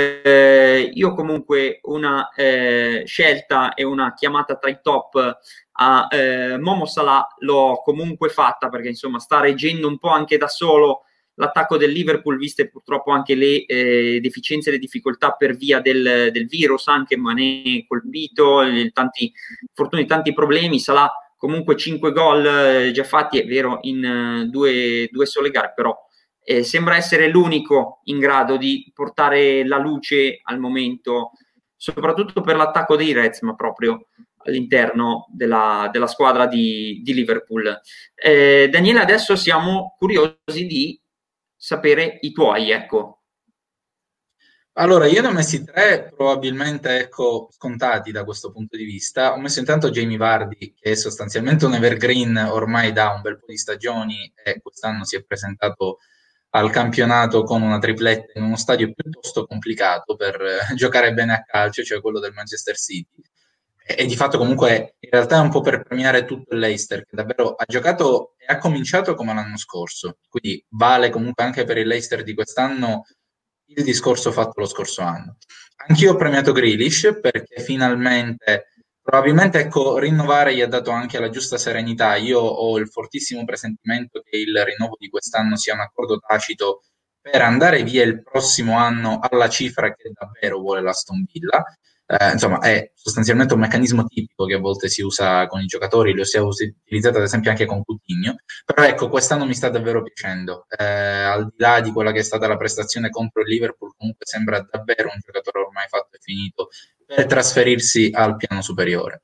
io comunque una scelta e una chiamata tra i top a Momo Salah l'ho comunque fatta, perché insomma sta reggendo un po' anche da solo l'attacco del Liverpool, viste purtroppo anche le deficienze e le difficoltà per via del virus, anche Mané colpito, tanti infortuni, tanti problemi. Salah comunque 5 gol già fatti, è vero, in due sole gare, però sembra essere l'unico in grado di portare la luce al momento, soprattutto per l'attacco dei Reds, ma proprio all'interno della squadra di Liverpool. Daniele, adesso siamo curiosi di sapere i tuoi, ecco. Allora, io ne ho messi 3, probabilmente, ecco, scontati da questo punto di vista. Ho messo intanto Jamie Vardy, che è sostanzialmente un evergreen ormai da un bel po' di stagioni e quest'anno si è presentato al campionato con una tripletta in uno stadio piuttosto complicato per giocare bene a calcio, cioè quello del Manchester City. E di fatto comunque in realtà è un po' per premiare tutto il Leicester, che davvero ha giocato e ha cominciato come l'anno scorso, quindi vale comunque anche per il Leicester di quest'anno il discorso fatto lo scorso anno. Anch'io ho premiato Grealish perché finalmente, probabilmente ecco, rinnovare gli ha dato anche la giusta serenità. Io ho il fortissimo presentimento che il rinnovo di quest'anno sia un accordo tacito per andare via il prossimo anno alla cifra che davvero vuole l'Aston Villa. Insomma, è sostanzialmente un meccanismo tipico che a volte si usa con i giocatori, lo si è utilizzato ad esempio anche con Coutinho, però ecco, quest'anno mi sta davvero piacendo, al di là di quella che è stata la prestazione contro il Liverpool, comunque sembra davvero un giocatore ormai fatto e finito per trasferirsi al piano superiore.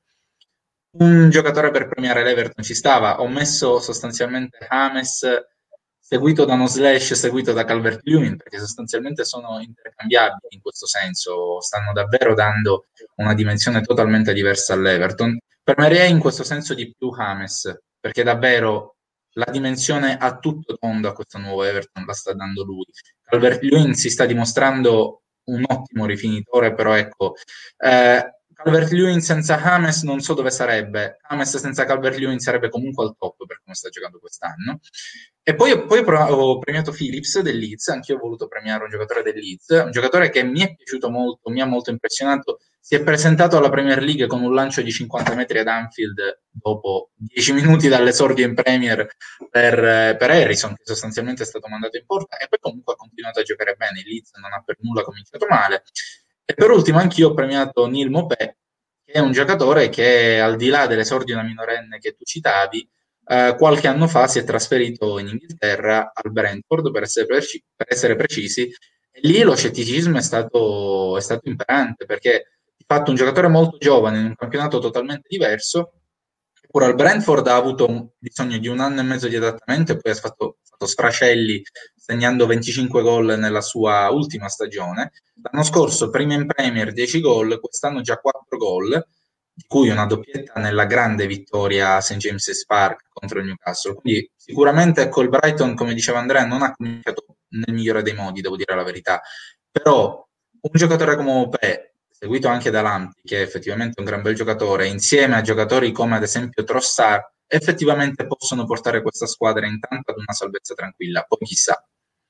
Un giocatore per premiare l'Everton ci stava, ho messo sostanzialmente James seguito da uno slash, seguito da Calvert-Lewin, perché sostanzialmente sono intercambiabili in questo senso, stanno davvero dando una dimensione totalmente diversa all'Everton. Premierei in questo senso di più James, perché davvero la dimensione a tutto tondo a questo nuovo Everton la sta dando lui. Calvert-Lewin si sta dimostrando un ottimo rifinitore, però ecco, Calvert-Lewin senza James non so dove sarebbe. James senza Calvert-Lewin sarebbe comunque al top per come sta giocando quest'anno. E poi ho premiato Phillips del Leeds, anch'io ho voluto premiare un giocatore del Leeds, un giocatore che mi è piaciuto molto, mi ha molto impressionato, si è presentato alla Premier League con un lancio di 50 metri ad Anfield dopo 10 minuti dall'esordio in Premier per Harrison, che sostanzialmente è stato mandato in porta, e poi comunque ha continuato a giocare bene, il Leeds non ha per nulla cominciato male. E per ultimo anch'io ho premiato Neil Maupay, che è un giocatore che al di là dell'esordio da minorenne che tu citavi, qualche anno fa si è trasferito in Inghilterra al Brentford per essere precisi, e lì lo scetticismo è stato imperante perché di fatto un giocatore molto giovane in un campionato totalmente diverso, eppure al Brentford ha avuto bisogno di 1 anno e mezzo di adattamento e poi ha fatto sfracelli segnando 25 gol nella sua ultima stagione. L'anno scorso prima in Premier 10 gol, quest'anno già 4 gol, di cui una doppietta nella grande vittoria a St. James's Park contro il Newcastle. Quindi sicuramente col Brighton, come diceva Andrea, non ha cominciato nel migliore dei modi, devo dire la verità. Però un giocatore come Maupay, seguito anche da Lamptey, che è effettivamente un gran bel giocatore, insieme a giocatori come ad esempio Trossard, effettivamente possono portare questa squadra intanto ad una salvezza tranquilla, poi chissà.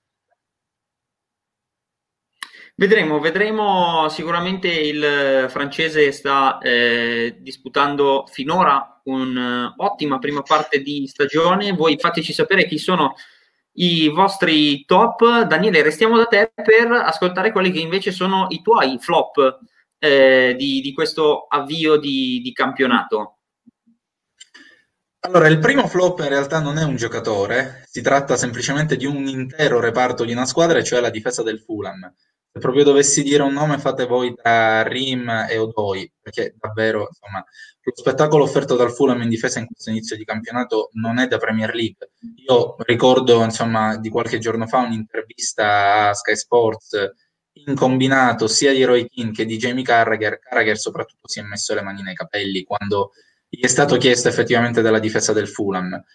Vedremo, sicuramente il francese sta disputando finora un'ottima prima parte di stagione. Voi fateci sapere chi sono i vostri top. Daniele, restiamo da te per ascoltare quelli che invece sono i tuoi flop di questo avvio di campionato. Allora, il primo flop in realtà non è un giocatore, si tratta semplicemente di un intero reparto di una squadra, cioè la difesa del Fulham. Se proprio dovessi dire un nome, fate voi tra Rim e Odoi, perché davvero, insomma, lo spettacolo offerto dal Fulham in difesa in questo inizio di campionato non è da Premier League. Io ricordo, insomma, di qualche giorno fa un'intervista a Sky Sports in combinato sia di Roy Keane che di Jamie Carragher. Carragher soprattutto si è messo le mani nei capelli quando gli è stato chiesto effettivamente della difesa del Fulham.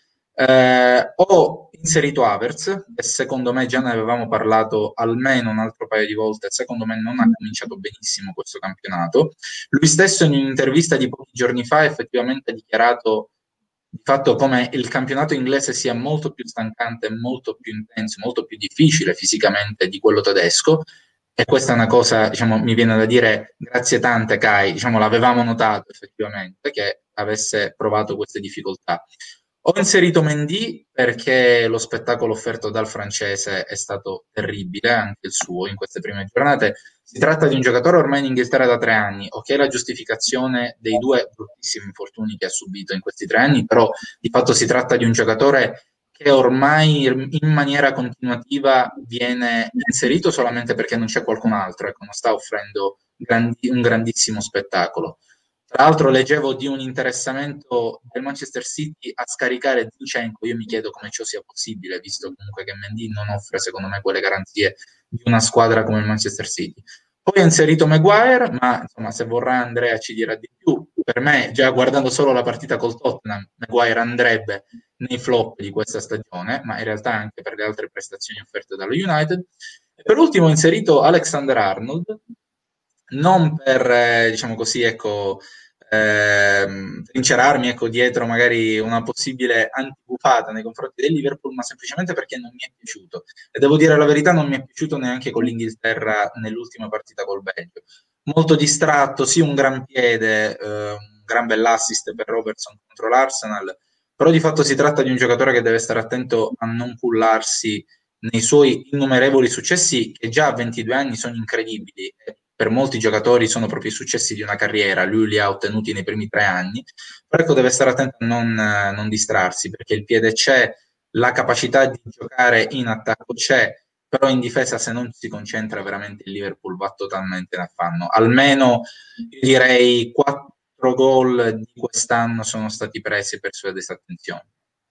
Ho inserito Havertz, e secondo me già ne avevamo parlato almeno un altro paio di volte, secondo me non ha cominciato benissimo questo campionato. Lui stesso in un'intervista di pochi giorni fa effettivamente ha dichiarato di fatto come il campionato inglese sia molto più stancante, molto più intenso, molto più difficile fisicamente di quello tedesco, e questa è una cosa, diciamo, mi viene da dire grazie tante Kai, diciamo, l'avevamo notato effettivamente che avesse provato queste difficoltà. Ho inserito Mendy perché lo spettacolo offerto dal francese è stato terribile, anche il suo, in queste prime giornate. Si tratta di un giocatore ormai in Inghilterra da 3 anni, ok, la giustificazione dei 2 bruttissimi infortuni che ha subito in questi 3 anni, però di fatto si tratta di un giocatore che ormai in maniera continuativa viene inserito solamente perché non c'è qualcun altro, ecco, non sta offrendo un grandissimo spettacolo. Tra l'altro leggevo di un interessamento del Manchester City a scaricare Zinchenko. Io mi chiedo come ciò sia possibile, visto comunque che Mendy non offre secondo me quelle garanzie di una squadra come il Manchester City. Poi ha inserito Maguire, ma insomma, se vorrà Andrea ci dirà di più. Per me, già guardando solo la partita col Tottenham, Maguire andrebbe nei flop di questa stagione, ma in realtà anche per le altre prestazioni offerte dallo United. E per ultimo ho inserito Alexander-Arnold, non per, diciamo così, ecco, trincerarmi, ecco, dietro magari una possibile antibufata nei confronti del Liverpool, ma semplicemente perché non mi è piaciuto. E devo dire la verità, non mi è piaciuto neanche con l'Inghilterra nell'ultima partita col Belgio. Molto distratto, sì, un gran piede, un gran bell'assist per Robertson contro l'Arsenal, però di fatto si tratta di un giocatore che deve stare attento a non cullarsi nei suoi innumerevoli successi, che già a 22 anni sono incredibili. Per molti giocatori sono proprio i successi di una carriera, lui li ha ottenuti nei primi 3 anni, però ecco, deve stare attento a non distrarsi, perché il piede c'è, la capacità di giocare in attacco c'è, però in difesa se non si concentra veramente il Liverpool va totalmente in affanno. Almeno io direi 4 gol di quest'anno sono stati presi per sue disattenzioni.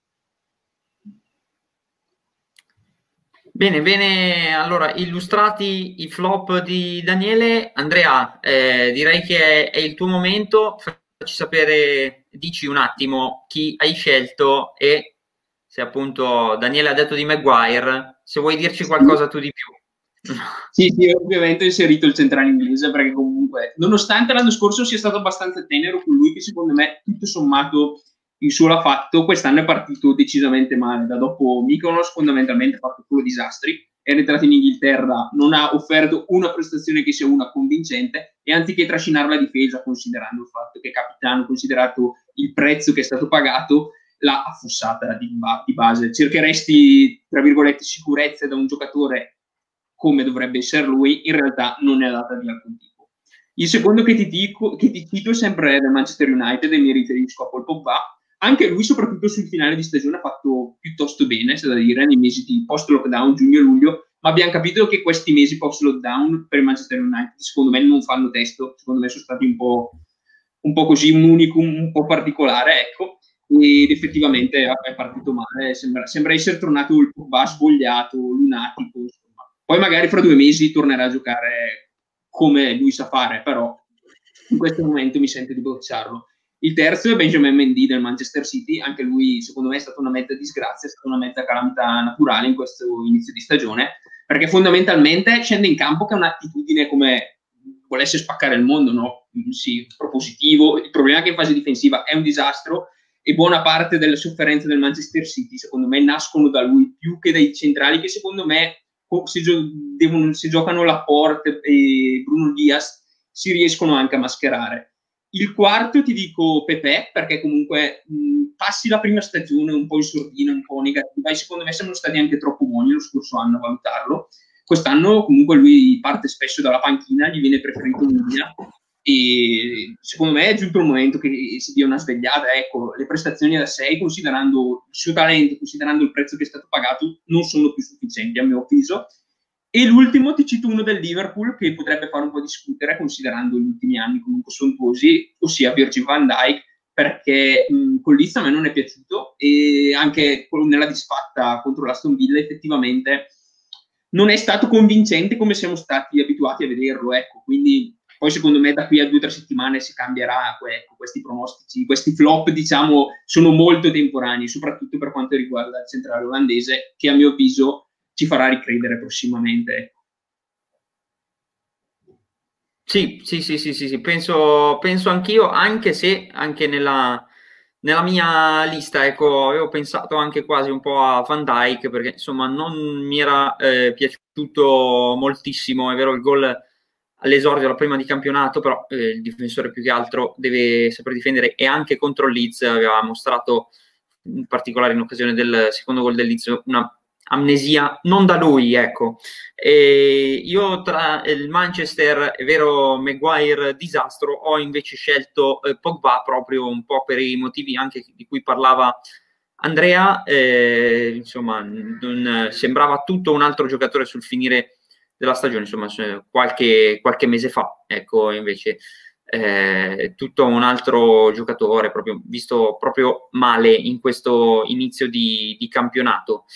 Bene, allora illustrati i flop di Daniele, Andrea, direi che è il tuo momento, facci sapere, dici un attimo chi hai scelto e se appunto Daniele ha detto di Maguire, se vuoi dirci qualcosa tu di più. Sì, ovviamente ho inserito il centrale inglese perché comunque, nonostante l'anno scorso sia stato abbastanza tenero con lui, che secondo me tutto sommato il suo l'ha fatto, quest'anno è partito decisamente male. Da dopo Mykonos fondamentalmente ha fatto solo disastri, è rientrato in Inghilterra, non ha offerto una prestazione che sia una convincente e anziché trascinare la difesa, considerando il fatto che è capitano, considerato il prezzo che è stato pagato, l'ha affossata di base. Cercheresti, tra virgolette, sicurezze da un giocatore come dovrebbe essere lui, in realtà non è data di alcun tipo. Il secondo che ti cito è sempre del Manchester United e mi riferisco a Paul Pogba. Anche lui, soprattutto sul finale di stagione, ha fatto piuttosto bene, c'è da dire, nei mesi di post-lockdown, giugno e luglio, ma abbiamo capito che questi mesi post-lockdown per il Manchester United, secondo me, non fanno testo, secondo me sono stati un po' così, un unicum un po' particolare, ecco, ed effettivamente è partito male, sembra essere tornato il Pogba svogliato, lunatico, insomma. Poi magari fra 2 mesi tornerà a giocare come lui sa fare, però in questo momento mi sento di bocciarlo. Il terzo è Benjamin Mendy del Manchester City, anche lui secondo me è stata una mezza disgrazia, è stata una mezza calamità naturale in questo inizio di stagione, perché fondamentalmente scende in campo che è un'attitudine come volesse spaccare il mondo, no? Sì, propositivo, il problema è che in fase difensiva è un disastro e buona parte delle sofferenze del Manchester City secondo me nascono da lui più che dai centrali che secondo me se giocano Laporte e Bruno Diaz si riescono anche a mascherare. Il quarto ti dico Pepe, perché comunque passi la prima stagione un po' in sordina, un po' negativa, e secondo me siamo stati anche troppo buoni lo scorso anno a valutarlo. Quest'anno comunque lui parte spesso dalla panchina, gli viene preferito in linea, e secondo me è giunto il momento che si dia una svegliata. Ecco, le prestazioni da 6, considerando il suo talento, considerando il prezzo che è stato pagato, non sono più sufficienti a mio avviso. E l'ultimo ti cito uno del Liverpool che potrebbe fare un po' discutere considerando gli ultimi anni comunque sontuosi, ossia Virgil van Dijk, perché con Leeds a me non è piaciuto e anche nella disfatta contro l'Aston Villa effettivamente non è stato convincente come siamo stati abituati a vederlo, ecco. Quindi poi secondo me da qui a 2 o 3 settimane si cambierà, ecco, questi pronostici, questi flop diciamo sono molto temporanei, soprattutto per quanto riguarda il centrale olandese che a mio avviso ci farà ricredere prossimamente. Sì, penso anch'io, anche se anche nella mia lista, ecco, avevo pensato anche quasi un po' a Van Dijk, perché insomma non mi era piaciuto moltissimo, è vero il gol all'esordio, la prima di campionato, però il difensore più che altro deve saper difendere e anche contro il Leeds aveva mostrato, in particolare in occasione del secondo gol del Leeds, una amnesia non da lui, ecco. E io tra il Manchester, è vero, Maguire disastro, ho invece scelto Pogba proprio un po' per i motivi anche di cui parlava Andrea, insomma sembrava tutto un altro giocatore sul finire della stagione, insomma qualche mese fa, ecco, invece tutto un altro giocatore proprio visto proprio male in questo inizio di campionato.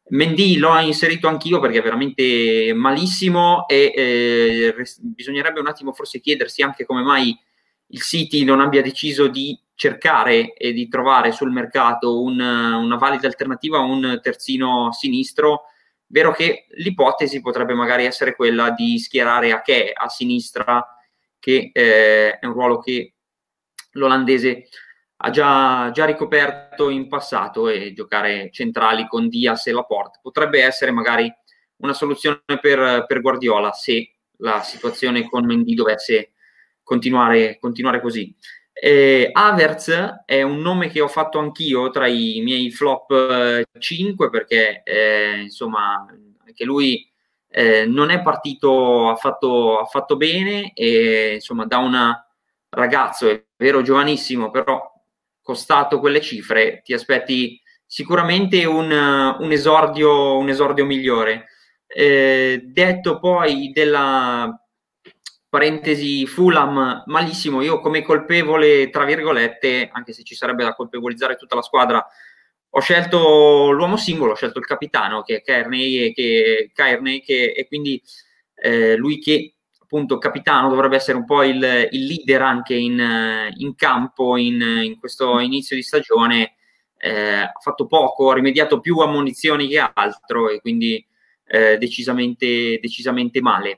Mendy l'ho inserito anch'io perché è veramente malissimo e bisognerebbe un attimo forse chiedersi anche come mai il City non abbia deciso di cercare e di trovare sul mercato una valida alternativa a un terzino sinistro. Vero che l'ipotesi potrebbe magari essere quella di schierare Ake a sinistra, che è un ruolo che l'olandese ha già ricoperto in passato, e giocare centrali con Diaz e Laporte potrebbe essere magari una soluzione per Guardiola, se la situazione con Mendy dovesse continuare così. Havertz è un nome che ho fatto anch'io tra i miei flop 5, perché insomma anche lui non è partito affatto bene, e insomma da un ragazzo, è vero giovanissimo, però costato quelle cifre ti aspetti sicuramente un esordio migliore. Detto poi della parentesi Fulham, malissimo. Io come colpevole, tra virgolette, anche se ci sarebbe da colpevolizzare tutta la squadra, ho scelto l'uomo simbolo, ho scelto il capitano, che è Kearney, e quindi lui, che appunto capitano, dovrebbe essere un po' il leader anche in campo in questo inizio di stagione. Ha fatto poco, ha rimediato più a munizioni che altro, e quindi decisamente male.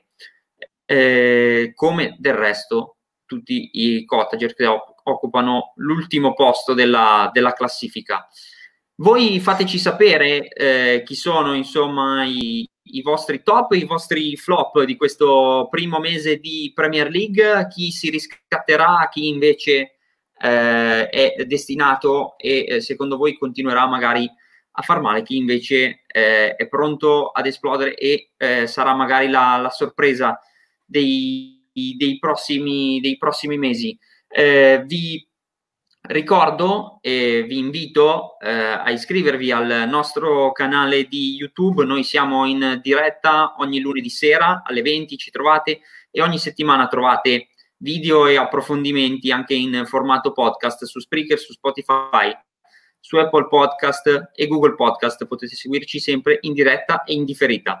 Come del resto tutti i cottager che occupano l'ultimo posto della classifica. Voi fateci sapere chi sono insomma i vostri top e i vostri flop di questo primo mese di Premier League, chi si riscatterà, chi invece è destinato e secondo voi continuerà magari a far male, chi invece è pronto ad esplodere e sarà magari la sorpresa dei prossimi mesi. Vi ricordo e vi invito a iscrivervi al nostro canale di YouTube. Noi siamo in diretta ogni lunedì sera alle 20, ci trovate, e ogni settimana trovate video e approfondimenti anche in formato podcast su Spreaker, su Spotify, su Apple Podcast e Google Podcast. Potete seguirci sempre in diretta e in differita.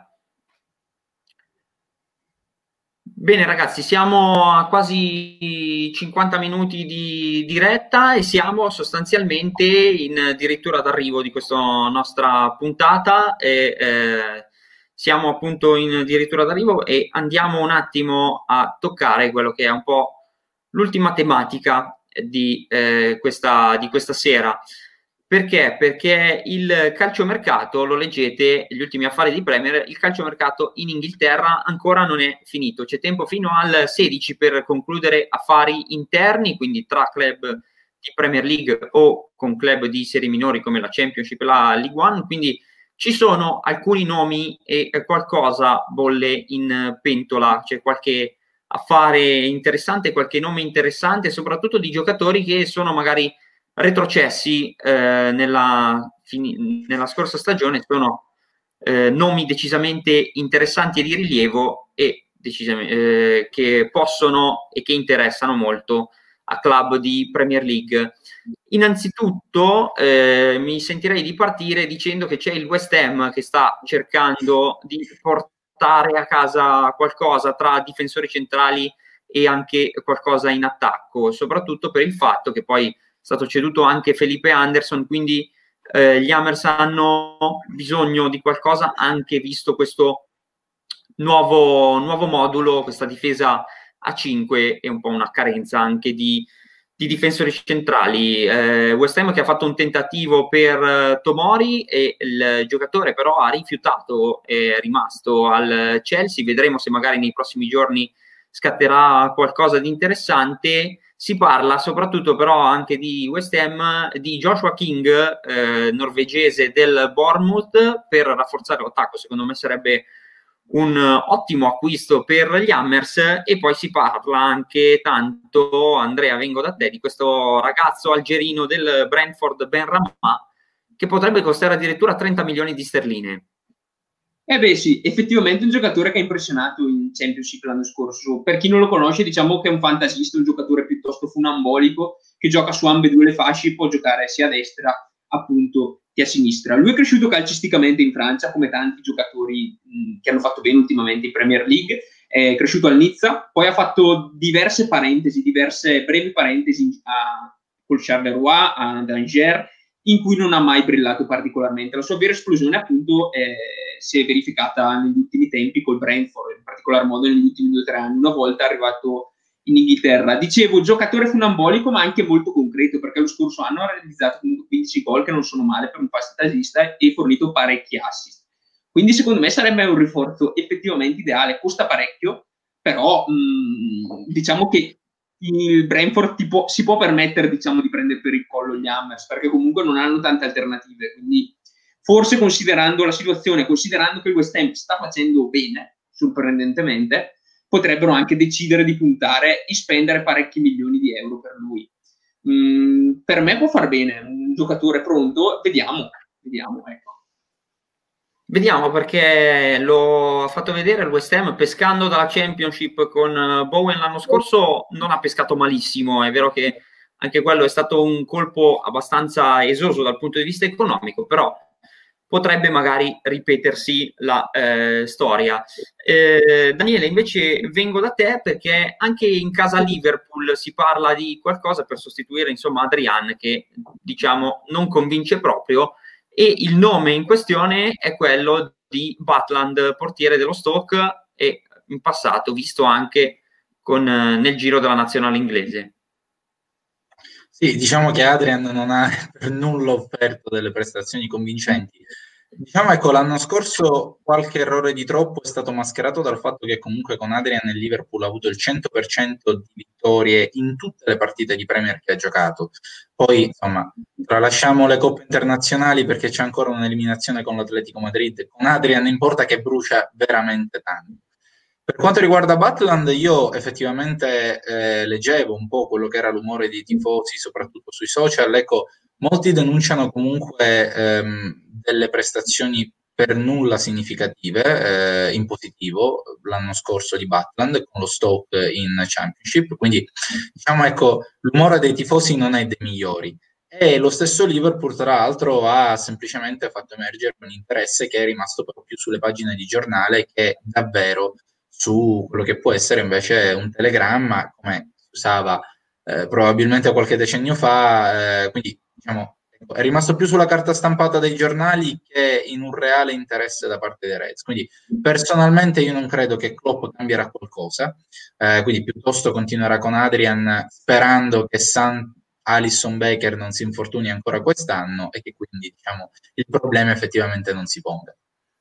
Bene ragazzi, siamo a quasi 50 minuti di diretta e siamo sostanzialmente in addirittura d'arrivo di questa nostra puntata, e siamo appunto in addirittura d'arrivo, e andiamo un attimo a toccare quello che è un po' l'ultima tematica di questa sera. Perché? Perché il calciomercato, lo leggete, gli ultimi affari di Premier, il calciomercato in Inghilterra ancora non è finito. C'è tempo fino al 16 per concludere affari interni, quindi tra club di Premier League o con club di serie minori come la Championship e la League One. Quindi ci sono alcuni nomi e qualcosa bolle in pentola, c'è qualche affare interessante, qualche nome interessante, soprattutto di giocatori che sono magari retrocessi nella scorsa stagione. Sono nomi decisamente interessanti e di rilievo, e che possono e che interessano molto a club di Premier League. Innanzitutto mi sentirei di partire dicendo che c'è il West Ham che sta cercando di portare a casa qualcosa tra difensori centrali e anche qualcosa in attacco, soprattutto per il fatto che poi è stato ceduto anche Felipe Anderson, quindi gli Hammers hanno bisogno di qualcosa, anche visto questo nuovo modulo, questa difesa a 5 e un po' una carenza anche di difensori centrali. West Ham che ha fatto un tentativo per Tomori, e il giocatore però ha rifiutato, è rimasto al Chelsea. Vedremo se magari nei prossimi giorni scatterà qualcosa di interessante. Si parla soprattutto però anche di West Ham, di Joshua King, norvegese del Bournemouth, per rafforzare l'attacco. Secondo me sarebbe un ottimo acquisto per gli Hammers. E poi si parla anche tanto, Andrea, vengo da te, di questo ragazzo algerino del Brentford, Benrahma, che potrebbe costare addirittura 30 milioni di sterline. Beh sì, effettivamente è un giocatore che ha impressionato in Championship l'anno scorso. Per chi non lo conosce, diciamo che è un fantasista, un giocatore piuttosto funambolico, che gioca su ambedue le fasce, può giocare sia a destra appunto che a sinistra. Lui è cresciuto calcisticamente in Francia, come tanti giocatori che hanno fatto bene ultimamente in Premier League. È cresciuto al Nizza, poi ha fatto diverse brevi parentesi col Charleroi, ad Angers, in cui non ha mai brillato particolarmente. La sua vera esplosione appunto si è verificata negli ultimi tempi col Brentford, in particolar modo negli ultimi 2 o 3 anni, una volta arrivato in Inghilterra. Dicevo, giocatore funambolico ma anche molto concreto, perché lo scorso anno ha realizzato comunque 15 gol, che non sono male per un fantasista, e fornito parecchi assist. Quindi secondo me sarebbe un rinforzo effettivamente ideale. Costa parecchio, però diciamo che il Brentford si può permettere, diciamo, di prendere per il collo gli Hammers, perché comunque non hanno tante alternative. Quindi forse, considerando la situazione, considerando che il West Ham sta facendo bene, sorprendentemente, potrebbero anche decidere di puntare e spendere parecchi milioni di euro per lui. Per me può far bene, un giocatore pronto, vediamo, ecco. Vediamo, perché lo ha fatto vedere il West Ham pescando dalla Championship con Bowen l'anno scorso, non ha pescato malissimo. È vero che anche quello è stato un colpo abbastanza esoso dal punto di vista economico, però potrebbe magari ripetersi la storia. Daniele, invece vengo da te, perché anche in casa Liverpool si parla di qualcosa per sostituire, insomma, Adrian, che diciamo non convince proprio, e il nome in questione è quello di Butland, portiere dello Stoke, e in passato visto anche nel giro della nazionale inglese. Sì, diciamo che Adrian non ha per nulla offerto delle prestazioni convincenti. Diciamo, ecco, l'anno scorso qualche errore di troppo è stato mascherato dal fatto che comunque con Adrian il Liverpool ha avuto il 100% di vittorie in tutte le partite di Premier che ha giocato. Poi, insomma, tralasciamo le coppe internazionali perché c'è ancora un'eliminazione con l'Atletico Madrid. Con Adrian importa che brucia veramente tanto. Per quanto riguarda Butland, io effettivamente leggevo un po' quello che era l'umore dei tifosi, soprattutto sui social. Ecco, molti denunciano comunque delle prestazioni per nulla significative in positivo l'anno scorso di Butland con lo Stoke in Championship, quindi diciamo, ecco, l'umore dei tifosi non è dei migliori. E lo stesso Liverpool, tra l'altro, ha semplicemente fatto emergere un interesse che è rimasto proprio più sulle pagine di giornale che davvero su quello che può essere invece un telegramma, come si usava probabilmente qualche decennio fa, quindi diciamo è rimasto più sulla carta stampata dei giornali che in un reale interesse da parte dei Reds. Quindi personalmente io non credo che Klopp cambierà qualcosa, quindi piuttosto continuerà con Adrian, sperando che Alisson Becker non si infortuni ancora quest'anno e che quindi, diciamo, il problema effettivamente non si ponga.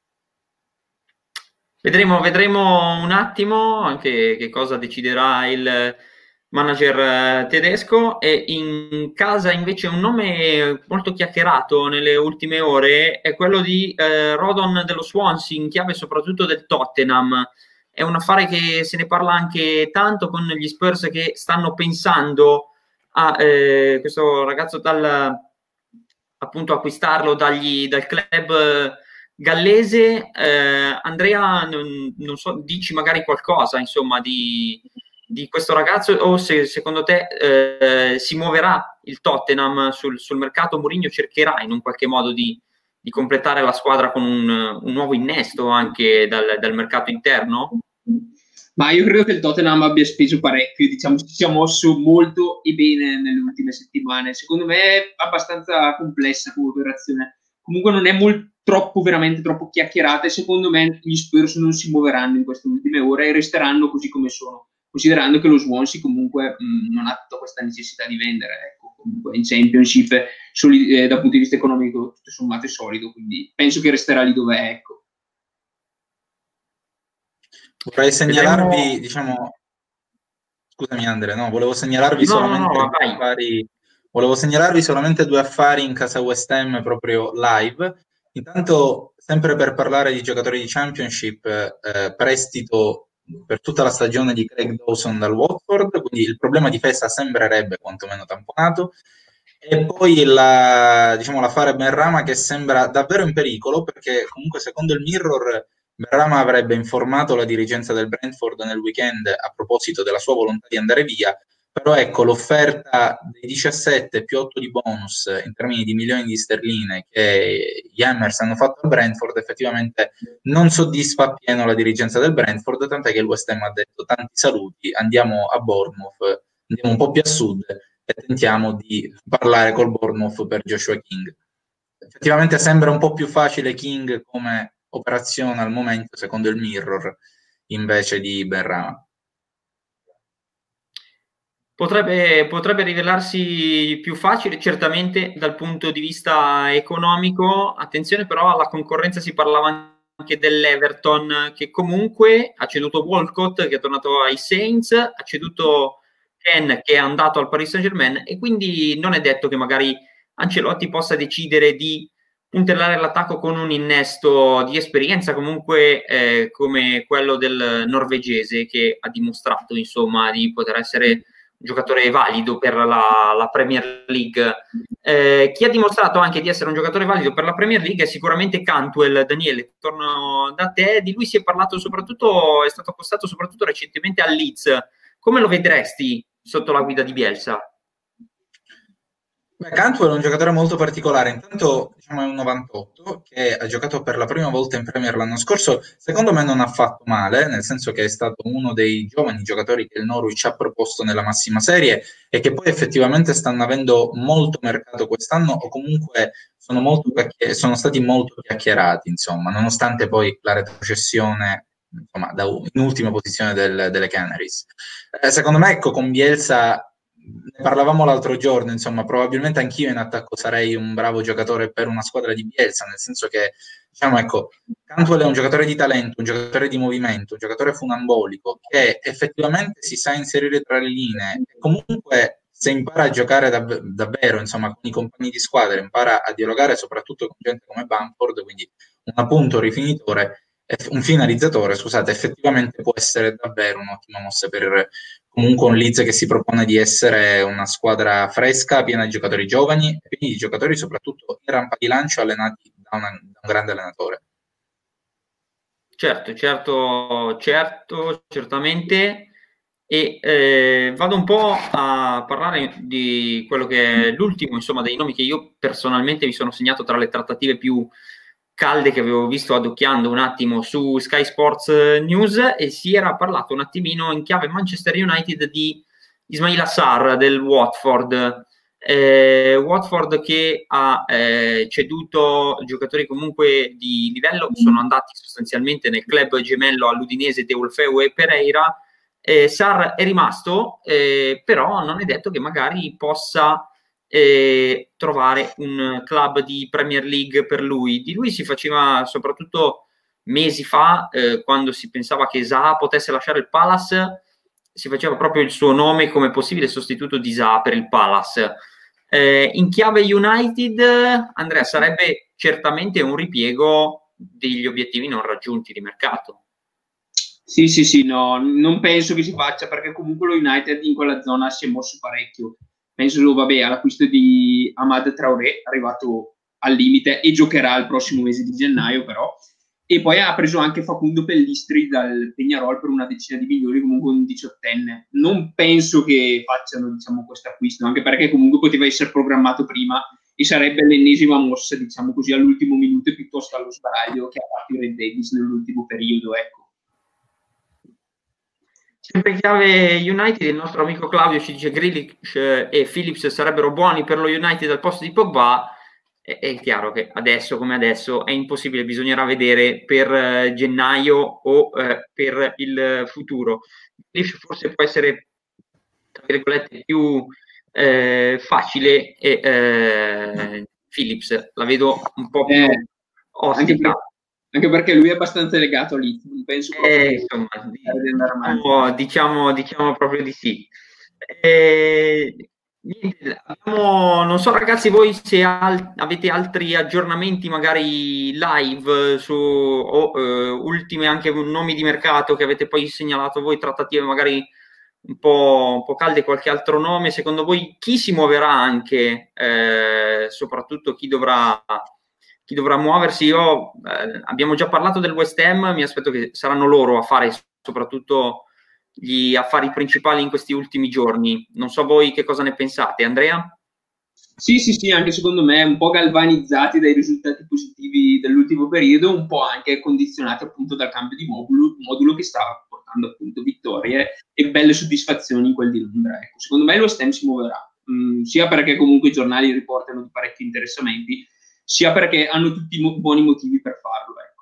Vedremo un attimo anche che cosa deciderà il manager tedesco. E in casa invece un nome molto chiacchierato nelle ultime ore è quello di Rodon dello Swansea, in chiave soprattutto del Tottenham. È un affare che se ne parla anche tanto, con gli Spurs che stanno pensando a questo ragazzo appunto acquistarlo dal club gallese. Andrea, non so, dici magari qualcosa insomma di questo ragazzo, o se secondo te si muoverà il Tottenham sul mercato. Mourinho cercherà in un qualche modo di completare la squadra con un nuovo innesto anche dal mercato interno? Ma io credo che il Tottenham abbia speso parecchio, diciamo, si sia mosso molto e bene nelle ultime settimane. Secondo me è abbastanza complessa come operazione. Comunque non è veramente troppo chiacchierata, e secondo me gli Spurs non si muoveranno in queste ultime ore e resteranno così come sono, considerando che lo Swansea comunque non ha tutta questa necessità di vendere. Ecco, comunque in Championship dal punto di vista economico tutto sommato è solido, quindi penso che resterà lì dov'è, ecco. Vorrei segnalarvi, diciamo, scusami Andre, no, volevo segnalarvi volevo segnalarvi solamente due affari in casa West Ham proprio live. Intanto, sempre per parlare di giocatori di Championship, prestito per tutta la stagione di Craig Dawson dal Watford, quindi il problema difesa sembrerebbe quantomeno tamponato. E poi l'affare Benrahma, che sembra davvero in pericolo, perché comunque secondo il Mirror Benrahma avrebbe informato la dirigenza del Brentford nel weekend a proposito della sua volontà di andare via, però ecco, l'offerta dei 17 più 8 di bonus in termini di milioni di sterline che gli Hammers hanno fatto al Brentford effettivamente non soddisfa appieno la dirigenza del Brentford, tant'è che il West Ham ha detto tanti saluti, andiamo a Bournemouth, andiamo un po' più a sud e tentiamo di parlare col Bournemouth per Joshua King. Effettivamente sembra un po' più facile King come operazione al momento, secondo il Mirror, invece di Benrahma. Potrebbe rivelarsi più facile, certamente dal punto di vista economico. Attenzione però alla concorrenza, si parlava anche dell'Everton, che comunque ha ceduto Walcott, che è tornato ai Saints, ha ceduto Ken, che è andato al Paris Saint-Germain, e quindi non è detto che magari Ancelotti possa decidere di puntellare l'attacco con un innesto di esperienza comunque come quello del norvegese, che ha dimostrato insomma di poter essere un giocatore valido per la Premier League. Chi ha dimostrato anche di essere un giocatore valido per la Premier League è sicuramente Cantwell. Daniele, torno da te. Di lui si è parlato soprattutto, è stato accostato soprattutto recentemente al Leeds. Come lo vedresti sotto la guida di Bielsa? Beh, Cantwell è un giocatore molto particolare, intanto diciamo è un 98 che ha giocato per la prima volta in Premier l'anno scorso, secondo me non ha fatto male, nel senso che è stato uno dei giovani giocatori che il Norwich ha proposto nella massima serie e che poi effettivamente stanno avendo molto mercato quest'anno, o comunque sono stati molto chiacchierati, insomma, nonostante poi la retrocessione insomma, in ultima posizione delle Canaries. Secondo me, ecco, con Bielsa ne parlavamo l'altro giorno, insomma, probabilmente anch'io in attacco sarei un bravo giocatore per una squadra di Bielsa, nel senso che, diciamo, ecco, Cantwell è un giocatore di talento, un giocatore di movimento, un giocatore funambolico, che effettivamente si sa inserire tra le linee, e comunque se impara a giocare davvero, insomma, con i compagni di squadra, impara a dialogare soprattutto con gente come Bamford, quindi un appunto rifinitore, un finalizzatore, scusate, effettivamente può essere davvero un'ottima mossa per comunque un Leeds che si propone di essere una squadra fresca, piena di giocatori giovani e quindi di giocatori soprattutto in rampa di lancio allenati da un grande allenatore. Certo, certamente. E vado un po' a parlare di quello che è l'ultimo, insomma, dei nomi che io personalmente mi sono segnato tra le trattative più calde che avevo visto adocchiando un attimo su Sky Sports News, e si era parlato un attimino in chiave Manchester United di Ismaila Sarr del Watford. Watford che ha ceduto giocatori comunque di livello, sono andati sostanzialmente nel club gemello all'Udinese Deulofeu e Pereira. Sarr è rimasto, però non è detto che magari possa trovare un club di Premier League per lui. Di lui si faceva soprattutto mesi fa, quando si pensava che Zaha potesse lasciare il Palace, si faceva proprio il suo nome come possibile sostituto di Zaha per il Palace. In chiave United, Andrea, sarebbe certamente un ripiego degli obiettivi non raggiunti di mercato. Sì, no, non penso che si faccia, perché comunque lo United in quella zona si è mosso parecchio. Penso, vabbè, all'acquisto di Amad Traoré, arrivato al limite e giocherà il prossimo mese di gennaio però, e poi ha preso anche Facundo Pellistri dal Peñarol per una decina di milioni, comunque un 18enne. Non penso che facciano, diciamo, questo acquisto, anche perché comunque poteva essere programmato prima e sarebbe l'ennesima mossa, diciamo così, all'ultimo minuto piuttosto allo sbaraglio che ha fatto i Red Devils nell'ultimo periodo, ecco. Sempre in chiave United, il nostro amico Claudio ci dice Grealish e Phillips sarebbero buoni per lo United al posto di Pogba. È chiaro che adesso come adesso è impossibile, bisognerà vedere per gennaio o per il futuro. Grealish forse può essere, tra virgolette, più facile, e Phillips la vedo un po' più ostica. Anche perché lui è abbastanza legato a Leeds, non penso diciamo proprio di sì. Niente, non so ragazzi, voi se avete altri aggiornamenti magari live su ultime anche nomi di mercato che avete poi segnalato voi, trattative magari un po' calde, qualche altro nome, secondo voi chi si muoverà anche, soprattutto chi dovrà muoversi? Abbiamo già parlato del West Ham, mi aspetto che saranno loro a fare soprattutto gli affari principali in questi ultimi giorni. Non so voi che cosa ne pensate. Andrea? Sì, anche secondo me un po' galvanizzati dai risultati positivi dell'ultimo periodo, un po' anche condizionati appunto dal cambio di modulo che sta portando appunto vittorie e belle soddisfazioni in quel di Londra. Ecco, secondo me lo West Ham si muoverà, sia perché comunque i giornali riportano di parecchi interessamenti, sia perché hanno tutti buoni motivi per farlo. Ecco.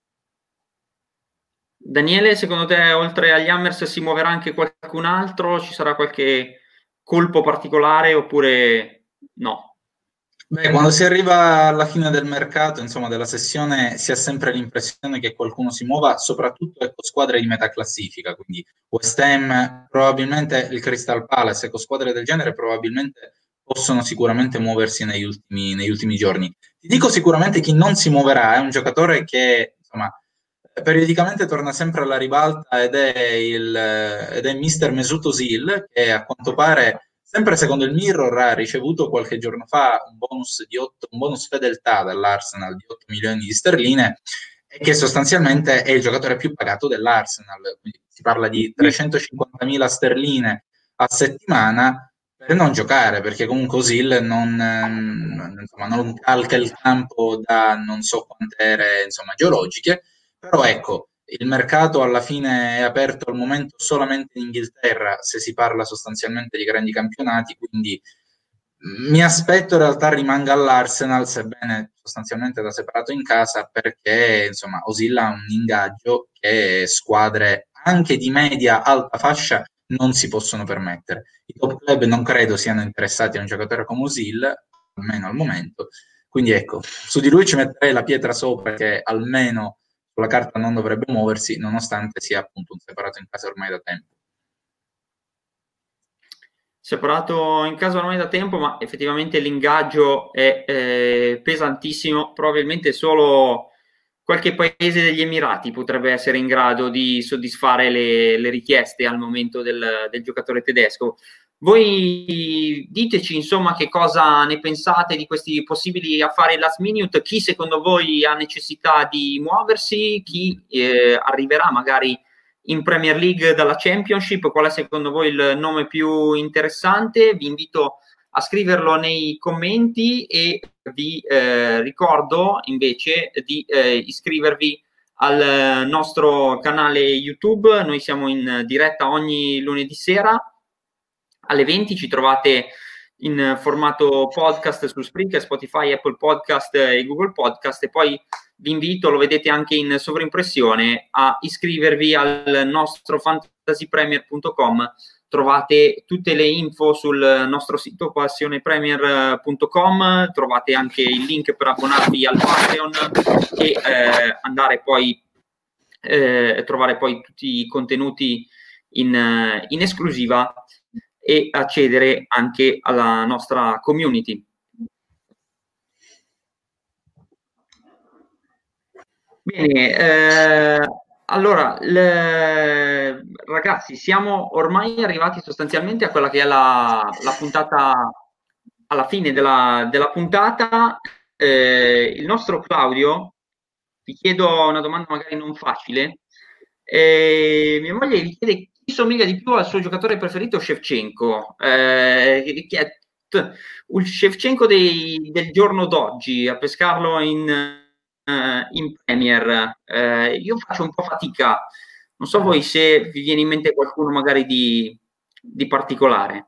Daniele, secondo te oltre agli Hammers si muoverà anche qualcun altro? Ci sarà qualche colpo particolare oppure no? Beh, quando si arriva alla fine del mercato, insomma, della sessione, si ha sempre l'impressione che qualcuno si muova, soprattutto ecco, squadre di metà classifica, quindi West Ham, probabilmente il Crystal Palace, ecco, squadre del genere probabilmente possono sicuramente muoversi negli ultimi giorni. Ti dico sicuramente chi non si muoverà, è un giocatore che, insomma, periodicamente torna sempre alla ribalta ed è Mister Mesut Özil, che a quanto pare, sempre secondo il Mirror, ha ricevuto qualche giorno fa un bonus fedeltà dall'Arsenal di 8 milioni di sterline, e che sostanzialmente è il giocatore più pagato dell'Arsenal. Quindi si parla di 350.000 sterline a settimana per non giocare, perché comunque Özil non calca il campo da non so quante ere, insomma, geologiche. Però ecco, il mercato alla fine è aperto al momento solamente in Inghilterra, se si parla sostanzialmente di grandi campionati, quindi mi aspetto in realtà rimanga all'Arsenal, sebbene sostanzialmente da separato in casa, perché insomma Özil ha un ingaggio che squadre anche di media alta fascia non si possono permettere. I top club non credo siano interessati a un giocatore come Özil, almeno al momento, quindi ecco, su di lui ci metterei la pietra sopra, che almeno sulla carta non dovrebbe muoversi, nonostante sia appunto un separato in casa ormai da tempo. Separato in casa ormai da tempo, ma effettivamente l'ingaggio è pesantissimo. Probabilmente solo qualche paese degli Emirati potrebbe essere in grado di soddisfare le richieste al momento del giocatore tedesco. Voi diteci insomma che cosa ne pensate di questi possibili affari last minute, chi secondo voi ha necessità di muoversi, chi arriverà magari in Premier League dalla Championship, qual è secondo voi il nome più interessante. Vi invito a scriverlo nei commenti e vi ricordo invece di iscrivervi al nostro canale YouTube. Noi siamo in diretta ogni lunedì sera alle 20, ci trovate in formato podcast su Spreaker, Spotify, Apple Podcast e Google Podcast, e poi vi invito, lo vedete anche in sovraimpressione, a iscrivervi al nostro fantasypremier.com. Trovate tutte le info sul nostro sito passionepremier.com, trovate anche il link per abbonarvi al Patreon e andare poi trovare poi tutti i contenuti in esclusiva e accedere anche alla nostra community. Bene, allora ragazzi, siamo ormai arrivati sostanzialmente a quella che è la puntata, alla fine della puntata. Il nostro Claudio, ti chiedo una domanda magari non facile. Mia moglie vi chiede chi somiglia di più al suo giocatore preferito, Shevchenko, il Shevchenko del giorno d'oggi, a pescarlo in Premier. Io faccio un po' fatica, non so voi se vi viene in mente qualcuno magari di particolare.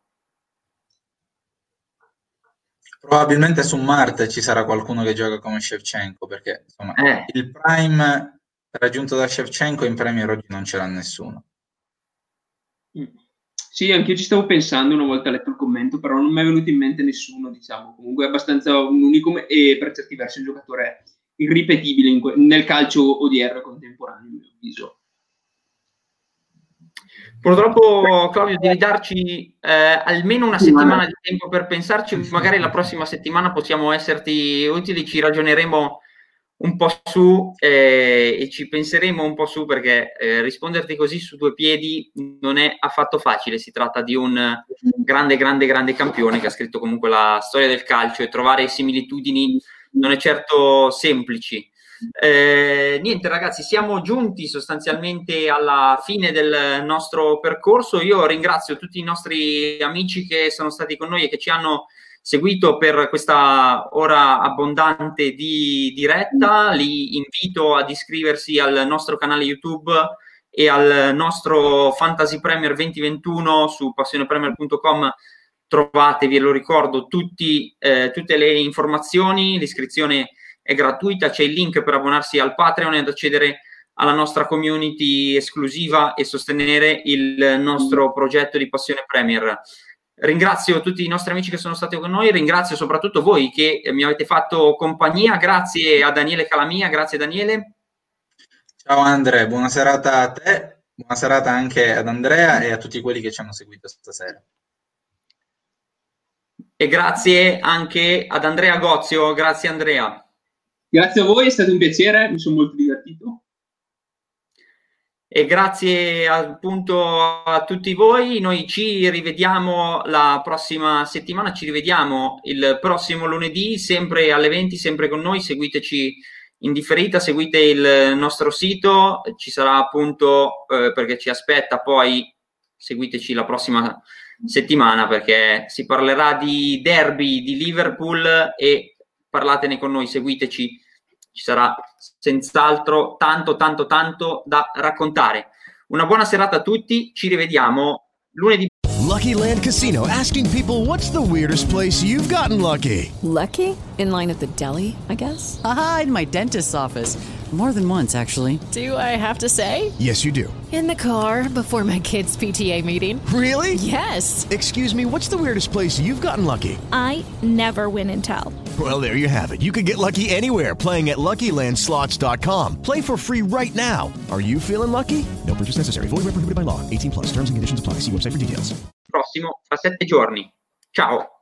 Probabilmente su Marte ci sarà qualcuno che gioca come Shevchenko, perché insomma il prime raggiunto da Shevchenko in Premier oggi non ce l'ha nessuno. Sì, anch'io ci stavo pensando una volta letto il commento, però non mi è venuto in mente nessuno, diciamo. Comunque è abbastanza un unico e per certi versi un giocatore irripetibile nel calcio odierno contemporaneo, a mio avviso. Purtroppo, Claudio, devi darci almeno una settimana di tempo per pensarci. Magari la prossima settimana possiamo esserti utili, ci ragioneremo un po' su e ci penseremo un po' su, perché risponderti così su due piedi non è affatto facile. Si tratta di un grande campione che ha scritto comunque la storia del calcio, e trovare similitudini non è certo semplici. Niente ragazzi, siamo giunti sostanzialmente alla fine del nostro percorso. Io ringrazio tutti i nostri amici che sono stati con noi e che ci hanno seguito per questa ora abbondante di diretta. Li invito ad iscriversi al nostro canale YouTube e al nostro Fantasy Premier 2021 su passionepremier.com. Trovate, ve lo ricordo, tutte le informazioni. L'iscrizione è gratuita, c'è il link per abbonarsi al Patreon e ad accedere alla nostra community esclusiva e sostenere il nostro progetto di Passione Premier. Ringrazio tutti i nostri amici che sono stati con noi, ringrazio soprattutto voi che mi avete fatto compagnia. Grazie a Daniele Calamia, grazie Daniele. Ciao Andre, buona serata a te, buona serata anche ad Andrea e a tutti quelli che ci hanno seguito stasera. E grazie anche ad Andrea Gozio, grazie Andrea. Grazie a voi, è stato un piacere, mi sono molto divertito. E grazie appunto a tutti voi. Noi ci rivediamo la prossima settimana, ci rivediamo il prossimo lunedì, sempre alle 20, sempre con noi. Seguiteci in differita, seguite il nostro sito, ci sarà appunto perché ci aspetta, poi seguiteci la prossima settimana perché si parlerà di derby di Liverpool e parlatene con noi, seguiteci. Ci sarà senz'altro tanto da raccontare. Una buona serata a tutti, ci rivediamo lunedì. Lucky Land Casino, asking people, what's the weirdest place you've gotten lucky? Lucky? In line at the deli, I guess? Aha, in my dentist's office. More than once, actually. Do I have to say? Yes, you do. In the car before my kids' PTA meeting. Really? Yes. Excuse me, what's the weirdest place you've gotten lucky? I never win and tell. Well, there you have it. You can get lucky anywhere, playing at LuckyLandSlots.com. Play for free right now. Are you feeling lucky? No purchase necessary. Void where prohibited by law. 18+. Terms and conditions apply. See website for details. Prossimo fra 7 giorni. Ciao.